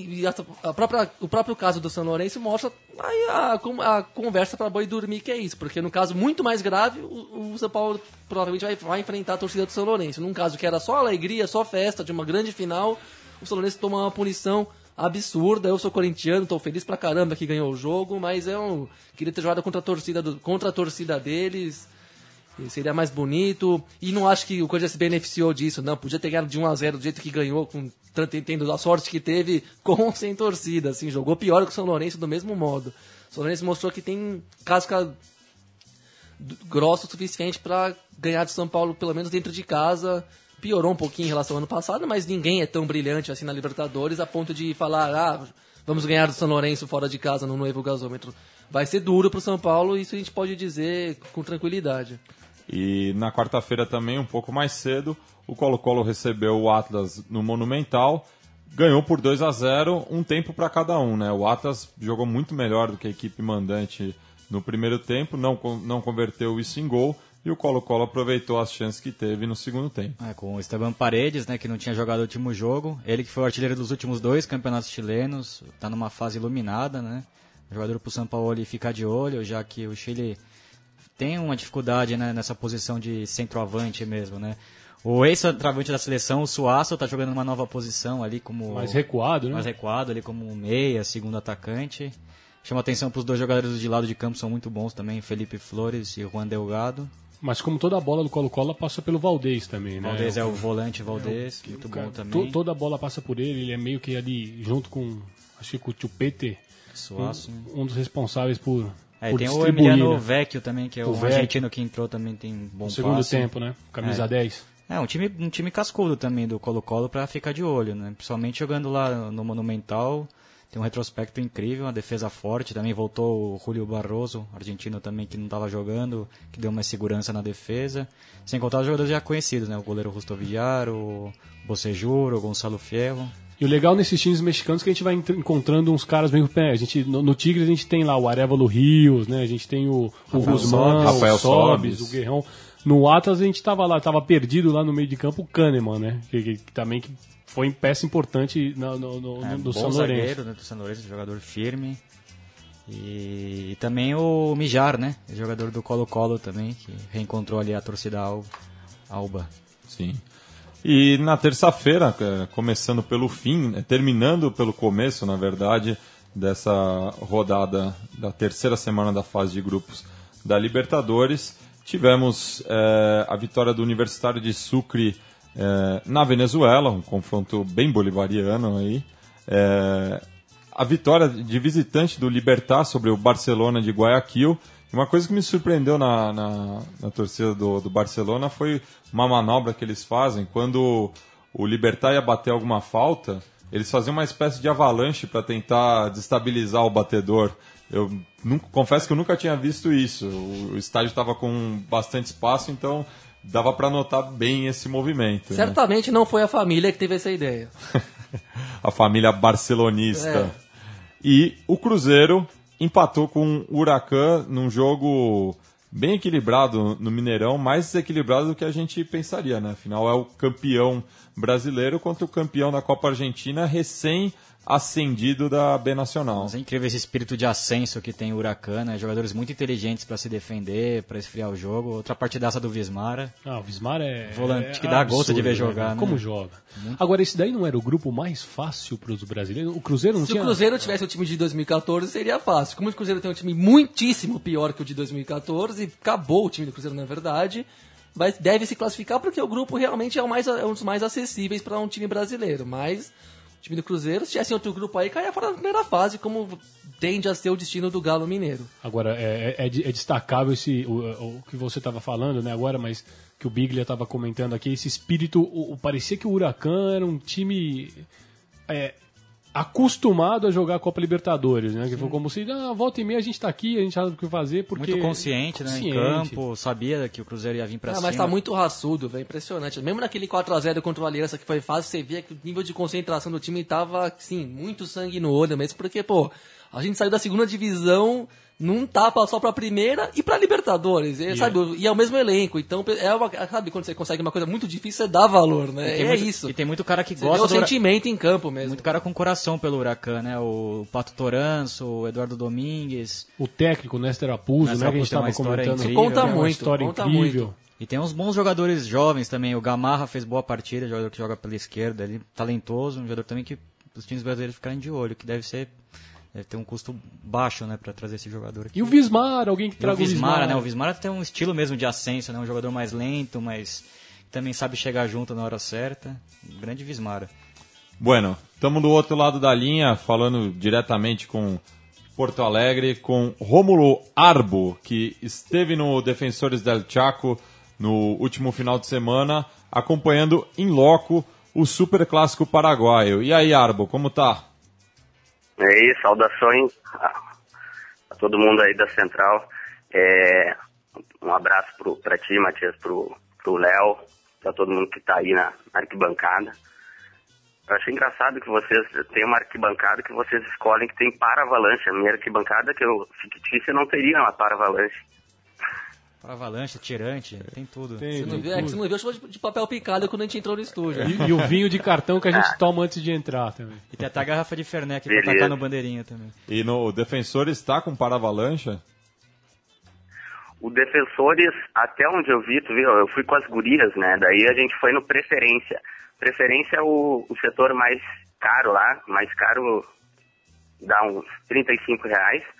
o próprio caso do São Lourenço mostra aí a conversa para boi dormir, que é isso. Porque no caso muito mais grave, o São Paulo provavelmente vai enfrentar a torcida do São Lourenço. Num caso que era só alegria, só festa de uma grande final, o São Lourenço toma uma punição absurda. Eu sou corintiano, estou feliz pra caramba que ganhou o jogo, mas queria ter jogado contra a torcida deles. Seria mais bonito. E não acho que o Corinthians se beneficiou disso, não. Podia ter ganhado de 1-0 do jeito que ganhou, tendo a sorte que teve com ou sem torcida. Assim, jogou pior que o São Lourenço do mesmo modo. O São Lourenço mostrou que tem casca grossa o suficiente para ganhar de São Paulo, pelo menos dentro de casa. Piorou um pouquinho em relação ao ano passado, mas ninguém é tão brilhante assim na Libertadores a ponto de falar, vamos ganhar do São Lourenço fora de casa no Novo Gasômetro. Vai ser duro pro São Paulo, isso a gente pode dizer com tranquilidade. E na quarta-feira também, um pouco mais cedo, o Colo-Colo recebeu o Atlas no Monumental, ganhou por 2-0, um tempo para cada um, né? O Atlas jogou muito melhor do que a equipe mandante no primeiro tempo, não converteu isso em gol, e o Colo-Colo aproveitou as chances que teve no segundo tempo. Com o Esteban Paredes, né, que não tinha jogado o último jogo, ele que foi o artilheiro dos últimos 2 campeonatos chilenos, está numa fase iluminada, né? O jogador pro São Paulo ficar de olho, já que o Chile tem uma dificuldade, né, nessa posição de centroavante mesmo, né? O ex-centroavante da seleção, o Suasso, tá jogando numa nova posição ali como... Mais recuado, né? Mais recuado ali como meia, segundo atacante. Chama atenção para os dois jogadores de lado de campo, são muito bons também, Felipe Flores e Juan Delgado. Mas como toda a bola do Colo-Colo passa pelo Valdez também, né? Valdez é o volante Valdez, muito bom também. Toda a bola passa por ele é meio que ali, junto com, acho que com o Chupete, Suasso, um dos responsáveis por tem o distribuir, Emiliano né? Vecchio também, que é o argentino que entrou também, tem bom passe. Segundo tempo, né? Camisa 10. Um time cascudo também do Colo-Colo para ficar de olho, né? Principalmente jogando lá no Monumental. Tem um retrospecto incrível, uma defesa forte. Também voltou o Julio Barroso, argentino também, que não estava jogando, que deu mais segurança na defesa. Sem contar os jogadores já conhecidos, né? O goleiro Justo Villar, o Bocejur, o Gonçalo Fierro. E o legal nesses times mexicanos é que a gente vai encontrando uns caras meio... no Tigre a gente tem lá o Arévalo Rios, né? A gente tem o Guzmán, o Sobis, o Guerrão. No Atlas a gente tava perdido lá no meio de campo o Kahneman, né? Que também foi peça importante do São Lourenço. Zagueiro, né, do São Lourenço, jogador firme. E também o Mijar, né? Jogador do Colo-Colo também, que reencontrou ali a torcida Alba. Sim. E na terça-feira, começando pelo fim, terminando pelo começo, na verdade, dessa rodada da terceira semana da fase de grupos da Libertadores, tivemos a vitória do Universitário de Sucre na Venezuela, um confronto bem bolivariano aí. A vitória de visitante do Libertad sobre o Barcelona de Guayaquil. Uma coisa que me surpreendeu na torcida do Barcelona foi uma manobra que eles fazem. Quando o Libertad ia bater alguma falta, eles faziam uma espécie de avalanche para tentar destabilizar o batedor. Eu confesso que eu nunca tinha visto isso. O estádio estava com bastante espaço, então dava para notar bem esse movimento. Certamente não foi a família que teve essa ideia. A família barcelonista. E o Cruzeiro empatou com o Huracan num jogo bem equilibrado no Mineirão, mais desequilibrado do que a gente pensaria, né? Afinal, é o campeão brasileiro contra o campeão da Copa Argentina, recém-ascendido da B Nacional. Mas é incrível esse espírito de ascenso que tem o Huracan, né? Jogadores muito inteligentes para se defender, para esfriar o jogo. Outra partidaça do Vismara. O Vismara é volante que dá gosto de ver jogar, né? Como joga. Agora, esse daí não era o grupo mais fácil para os brasileiros? O Cruzeiro não tinha... Se o Cruzeiro tivesse o time de 2014, seria fácil. Como o Cruzeiro tem um time muitíssimo pior que o de 2014, acabou o time do Cruzeiro, na verdade, mas deve se classificar porque o grupo realmente é um dos mais acessíveis para um time brasileiro. Mas o time do Cruzeiro, se tivesse outro grupo aí, caia fora da primeira fase, como tende a ser o destino do Galo Mineiro. Agora, é destacável o que você estava falando, né, agora, mas que o Biglia estava comentando aqui, esse espírito, parecia que o Huracan era um time acostumado a jogar a Copa Libertadores, né? Que foi como se, volta e meia a gente tá aqui, a gente sabe o que fazer, porque... Muito consciente, né? Em campo, sabia que o Cruzeiro ia vir pra cima. Mas tá muito raçudo, velho, impressionante. Mesmo naquele 4x0 contra o Aliança que foi fácil, você via que o nível de concentração do time tava, assim, muito sangue no olho mesmo, porque, pô, a gente saiu da segunda divisão num tapa só pra primeira e pra Libertadores, sabe? E é o mesmo elenco, então, sabe quando você consegue uma coisa muito difícil, você dá valor, né? Isso. E tem muito cara que você gosta do sentimento em campo mesmo. Muito cara com coração pelo Huracan, né? O Pato Toranço, o Eduardo Domingues. O técnico, o Néstor Apuzzo, né? Que a gente tava comentando. Incrível, conta muito, uma história incrível. Muito. E tem uns bons jogadores jovens também. O Gamarra fez boa partida, jogador que joga pela esquerda, ele talentoso, um jogador também que os times brasileiros ficarem de olho, que deve ter um custo baixo, né, para trazer esse jogador aqui. E o Vismara, alguém que traga o Vismara, né? O Vismara tem um estilo mesmo de ascenso, né? Um jogador mais lento, mas também sabe chegar junto na hora certa. Grande Vismara. Bueno, estamos do outro lado da linha, falando diretamente com Porto Alegre, com Rômulo Arbo, que esteve no Defensores del Chaco no último final de semana, acompanhando em loco o Superclássico paraguaio. E aí, Arbo, como tá? E aí, saudações a todo mundo aí da Central. Um abraço pra ti, Matias, pro Léo, pra todo mundo que tá aí na arquibancada. Eu achei engraçado que vocês têm uma arquibancada que vocês escolhem que tem para-avalanche. A minha arquibancada, que eu fictícia, não teria uma para-avalanche. Para-avalanche, tirante, tem tudo. Você não viu o show de papel picado quando a gente entrou no estúdio. E o vinho de cartão que a gente toma antes de entrar também. E tem até a garrafa de Fernet aqui pra tacar no bandeirinha também. E no Defensor está com para-avalanche? O Defensores, até onde eu vi, tu viu, eu fui com as gurias, né? Daí a gente foi no Preferência. Preferência é o setor mais caro lá, mais caro dá uns R$35.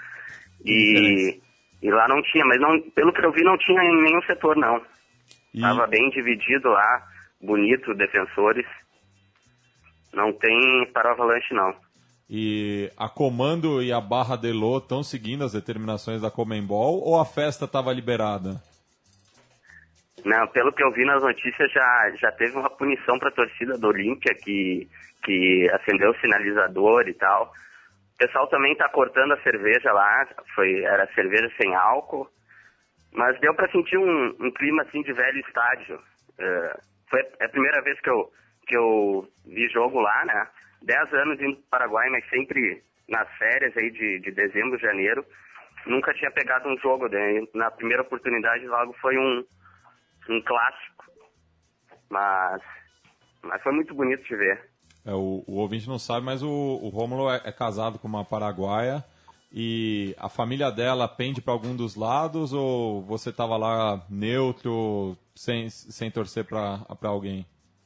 E lá não tinha, mas não, pelo que eu vi não tinha em nenhum setor não. Tava bem dividido lá, bonito, Defensores. Não tem para o Avalanche não. E a Comando e a Barra de Lô estão seguindo as determinações da Conmebol ou a festa estava liberada? Não, pelo que eu vi nas notícias, já teve uma punição para a torcida do Olímpia que acendeu o sinalizador e tal. O pessoal também está cortando a cerveja lá, era cerveja sem álcool, mas deu para sentir um clima assim de velho estádio. Foi a primeira vez que eu vi jogo lá, né? 10 anos indo para o Paraguai, mas sempre nas férias aí de dezembro, janeiro. Nunca tinha pegado um jogo, né? Na primeira oportunidade logo foi um clássico. Mas foi muito bonito de ver. O ouvinte não sabe, mas o Rômulo é casado com uma paraguaia e a família dela pende para algum dos lados ou você estava lá neutro, sem torcer para alguém?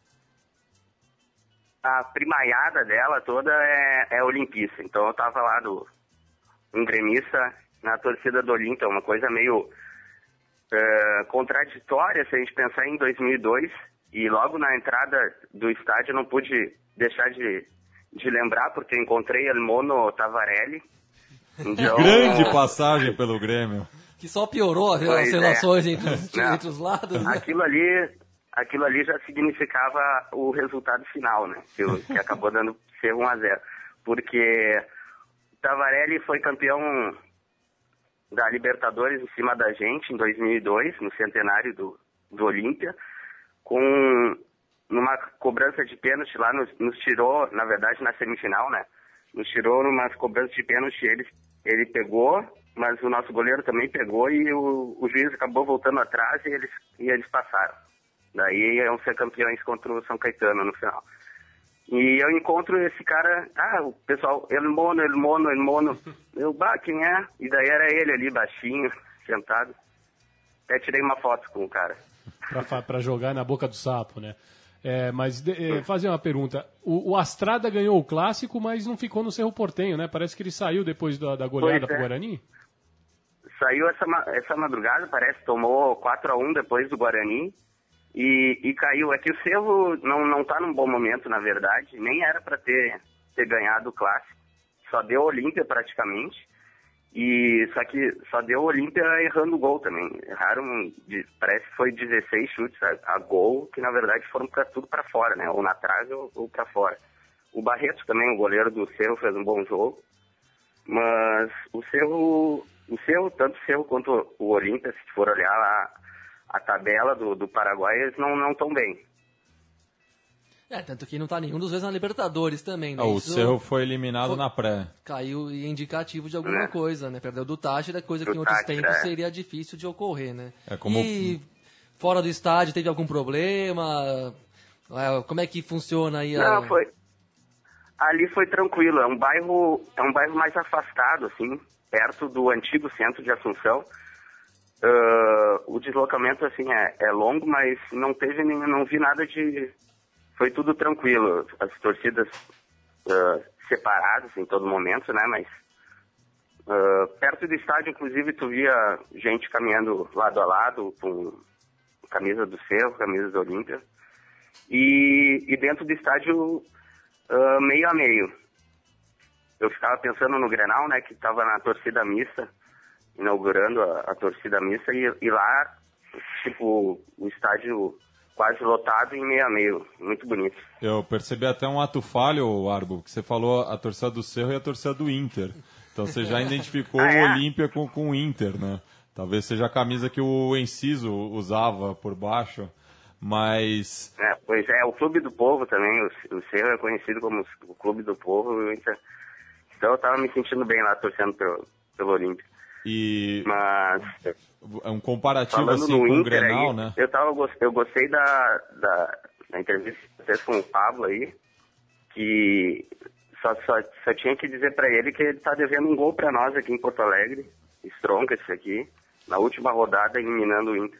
A primaiada dela toda é olimpista, então eu tava lá um gremista na torcida do Olímpia, uma coisa meio contraditória se a gente pensar em 2002, e logo na entrada do estádio eu não pude deixar de lembrar, porque eu encontrei El Mono Tavarelli. Então, grande passagem pelo Grêmio. Que só piorou as relações entre os lados. Né? Aquilo ali já significava o resultado final, né? Que acabou dando ser 1-0. Porque Tavarelli foi campeão da Libertadores em cima da gente em 2002, no centenário do Olímpia, numa cobrança de pênalti lá, nos tirou, na verdade, na semifinal, né? Nos tirou numa cobrança de pênalti, ele pegou, mas o nosso goleiro também pegou e o juiz acabou voltando atrás e eles passaram. Daí iam ser campeões contra o São Caetano no final. E eu encontro esse cara, o pessoal, El Mono. Eu, quem é? E daí era ele ali, baixinho, sentado. Até tirei uma foto com o cara. Pra jogar na boca do sapo, né? Fazer uma pergunta. O Astrada ganhou o clássico, mas não ficou no Cerro Porteño, né? Parece que ele saiu depois da goleada pro Guarani. Saiu essa madrugada, parece, tomou 4-1 depois do Guarani. E caiu. É que o Cerro não tá num bom momento, na verdade. Nem era para ter ganhado o clássico. Só deu Olímpia praticamente. Só deu Olímpia errando o gol também. Erraram, parece que foi 16 chutes a gol, que na verdade foram tudo para fora, né? Ou na trave ou para fora. O Barreto também, o goleiro do Cerro, fez um bom jogo. Mas o Cerro, tanto o Cerro quanto o Olímpia, se for olhar lá a tabela do Paraguai, eles não estão bem. Tanto que não tá nenhum dos dois na Libertadores também, né? O Cerro foi eliminado na pré. Caiu indicativo de alguma coisa, né? Perdeu do Táchira, coisa que em outros tempos seria difícil de ocorrer, né? E fora do estádio, teve algum problema? Como é que funciona aí? Não, ali foi tranquilo. É um bairro mais afastado, assim, perto do antigo centro de Assunção. O deslocamento assim é longo, mas não vi nada de... Foi tudo tranquilo, as torcidas separadas em todo momento, né? Mas perto do estádio, inclusive, tu via gente caminhando lado a lado com camisa do Cerro, camisa do Olímpia, e dentro do estádio meio a meio. Eu ficava pensando no Grenal, né? Que estava na torcida mista, inaugurando a torcida mista, e lá, tipo, o estádio quase lotado em meio a meio, muito bonito. Eu percebi até um ato falho, Arbo, que você falou a torcida do Cerro e a torcida do Inter. Então você já identificou o Olímpia com o Inter, né? Talvez seja a camisa que o Enciso usava por baixo, mas... Pois é, o Clube do Povo também, o Cerro é conhecido como o Clube do Povo, o Inter. Então eu tava me sentindo bem lá, torcendo pelo Olímpia. Mas é um comparativo assim com o Grenal, aí, né? Eu gostei da entrevista que fez com o Pablo aí, que só tinha que dizer pra ele que ele tá devendo um gol pra nós aqui em Porto Alegre, estronca esse aqui, na última rodada eliminando o Inter.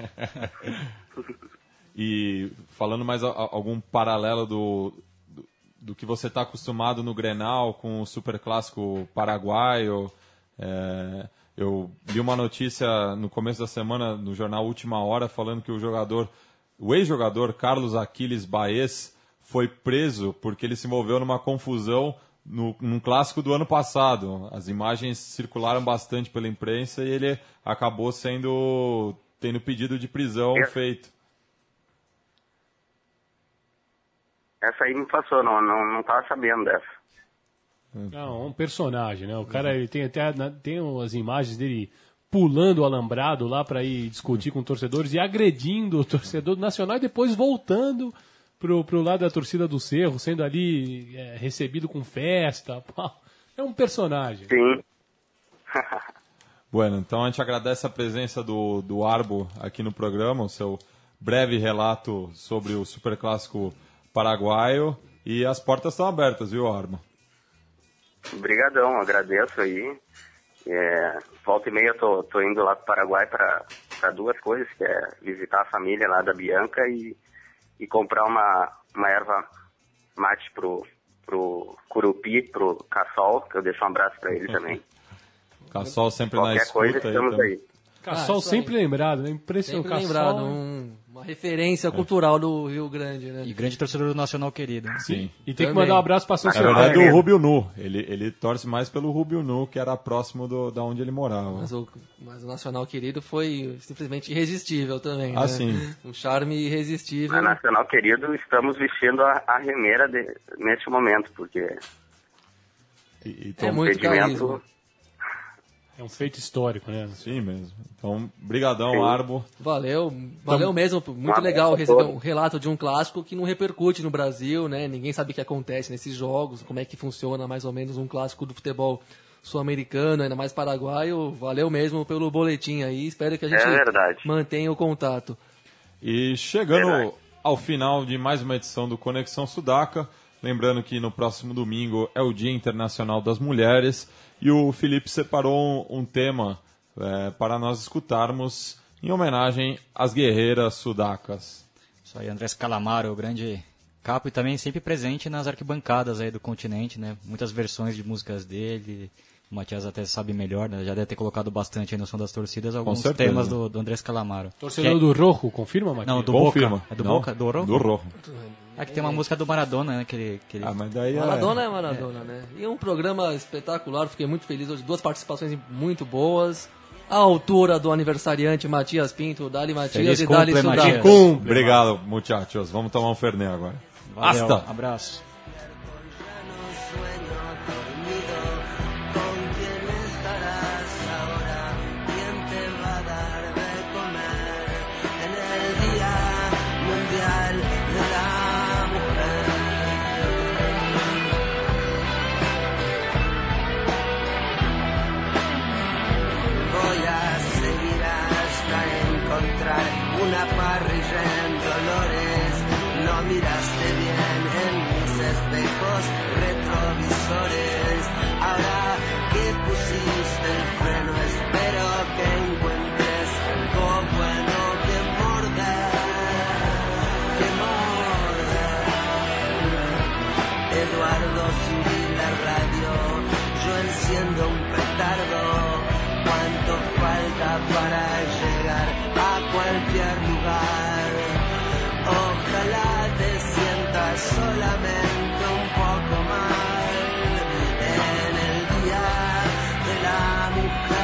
E falando mais algum paralelo do que você está acostumado no Grenal com o Superclássico paraguaio, eu li uma notícia no começo da semana no jornal Última Hora falando que o ex-jogador Carlos Aquiles Baez foi preso porque ele se envolveu numa confusão num clássico do ano passado. As imagens circularam bastante pela imprensa e ele acabou tendo pedido de prisão feito. Essa aí me passou, não estava sabendo dessa. Não, um personagem, né? O cara ele tem as imagens dele pulando o alambrado lá para ir discutir com torcedores e agredindo o torcedor do Nacional e depois voltando pro lado da torcida do Cerro, sendo ali recebido com festa. É um personagem. Sim. Bueno, então a gente agradece a presença do Arbo aqui no programa, o seu breve relato sobre o Superclássico paraguaio, e as portas estão abertas, viu, Arbo? Obrigadão, agradeço aí. Volta e meia eu tô indo lá pro Paraguai para duas coisas, que é visitar a família lá da Bianca e comprar uma erva mate pro Curupi, pro Cassol, que eu deixo um abraço para ele também. Cassol sempre Qualquer na escuta. Coisa, estamos aí. Cassol sempre lembrado, né? Impressionante. Sempre lembrado, uma referência cultural do Rio Grande, né? E grande torcedor do Nacional querido. Sim. E tem que mandar um abraço para São Na verdade, o Rubio Nu. Ele torce mais pelo Rubio Nu, que era próximo da onde ele morava. Mas o Nacional querido foi simplesmente irresistível também, né? Sim. Um charme irresistível. Na Nacional querido, estamos vestindo a remeira neste momento, porque é muito carisma. É um feito histórico, né? Sim mesmo. Então, brigadão, Arbo. Valeu mesmo. Muito legal receber um relato de um clássico que não repercute no Brasil, né? Ninguém sabe o que acontece nesses jogos, como é que funciona mais ou menos um clássico do futebol sul-americano, ainda mais paraguaio. Valeu mesmo pelo boletim aí. Espero que a gente mantenha o contato. E chegando ao final de mais uma edição do Conexão Sudaca, lembrando que no próximo domingo é o Dia Internacional das Mulheres. E o Felipe separou um tema para nós escutarmos em homenagem às guerreiras sudacas. Isso aí, Andrés Calamaro, o grande capo e também sempre presente nas arquibancadas aí do continente, né? Muitas versões de músicas dele. O Matias até sabe melhor, né? Já deve ter colocado bastante aí no som das torcidas alguns temas do Andrés Calamaro. Torcedor do Rojo, confirma, Matias? Não, do confirma. Boca. É do Boca? Do Rojo? Do Rojo. Que tem uma música do Maradona, né? Que ele... mas daí Maradona é Maradona, né? E um programa espetacular, fiquei muito feliz hoje. 2 participações muito boas. À altura do aniversariante Matias Pinto, Dali Matias e Dali Sudaca. Obrigado, muchachos. Vamos tomar um Fernet agora. Valeu, Hasta! Abraço. Una parrilla en Dolores, no miraste bien en mis espejos retrovisores. Ahora que pusiste el freno, espero que encuentres algo bueno que morder, Eduardo, subí la radio, yo enciendo un petardo. ¿Cuánto falta para llegar a cualquier lugar? Ojalá te sientas solamente un poco mal en el Día de la Mujer.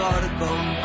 mejor compañía.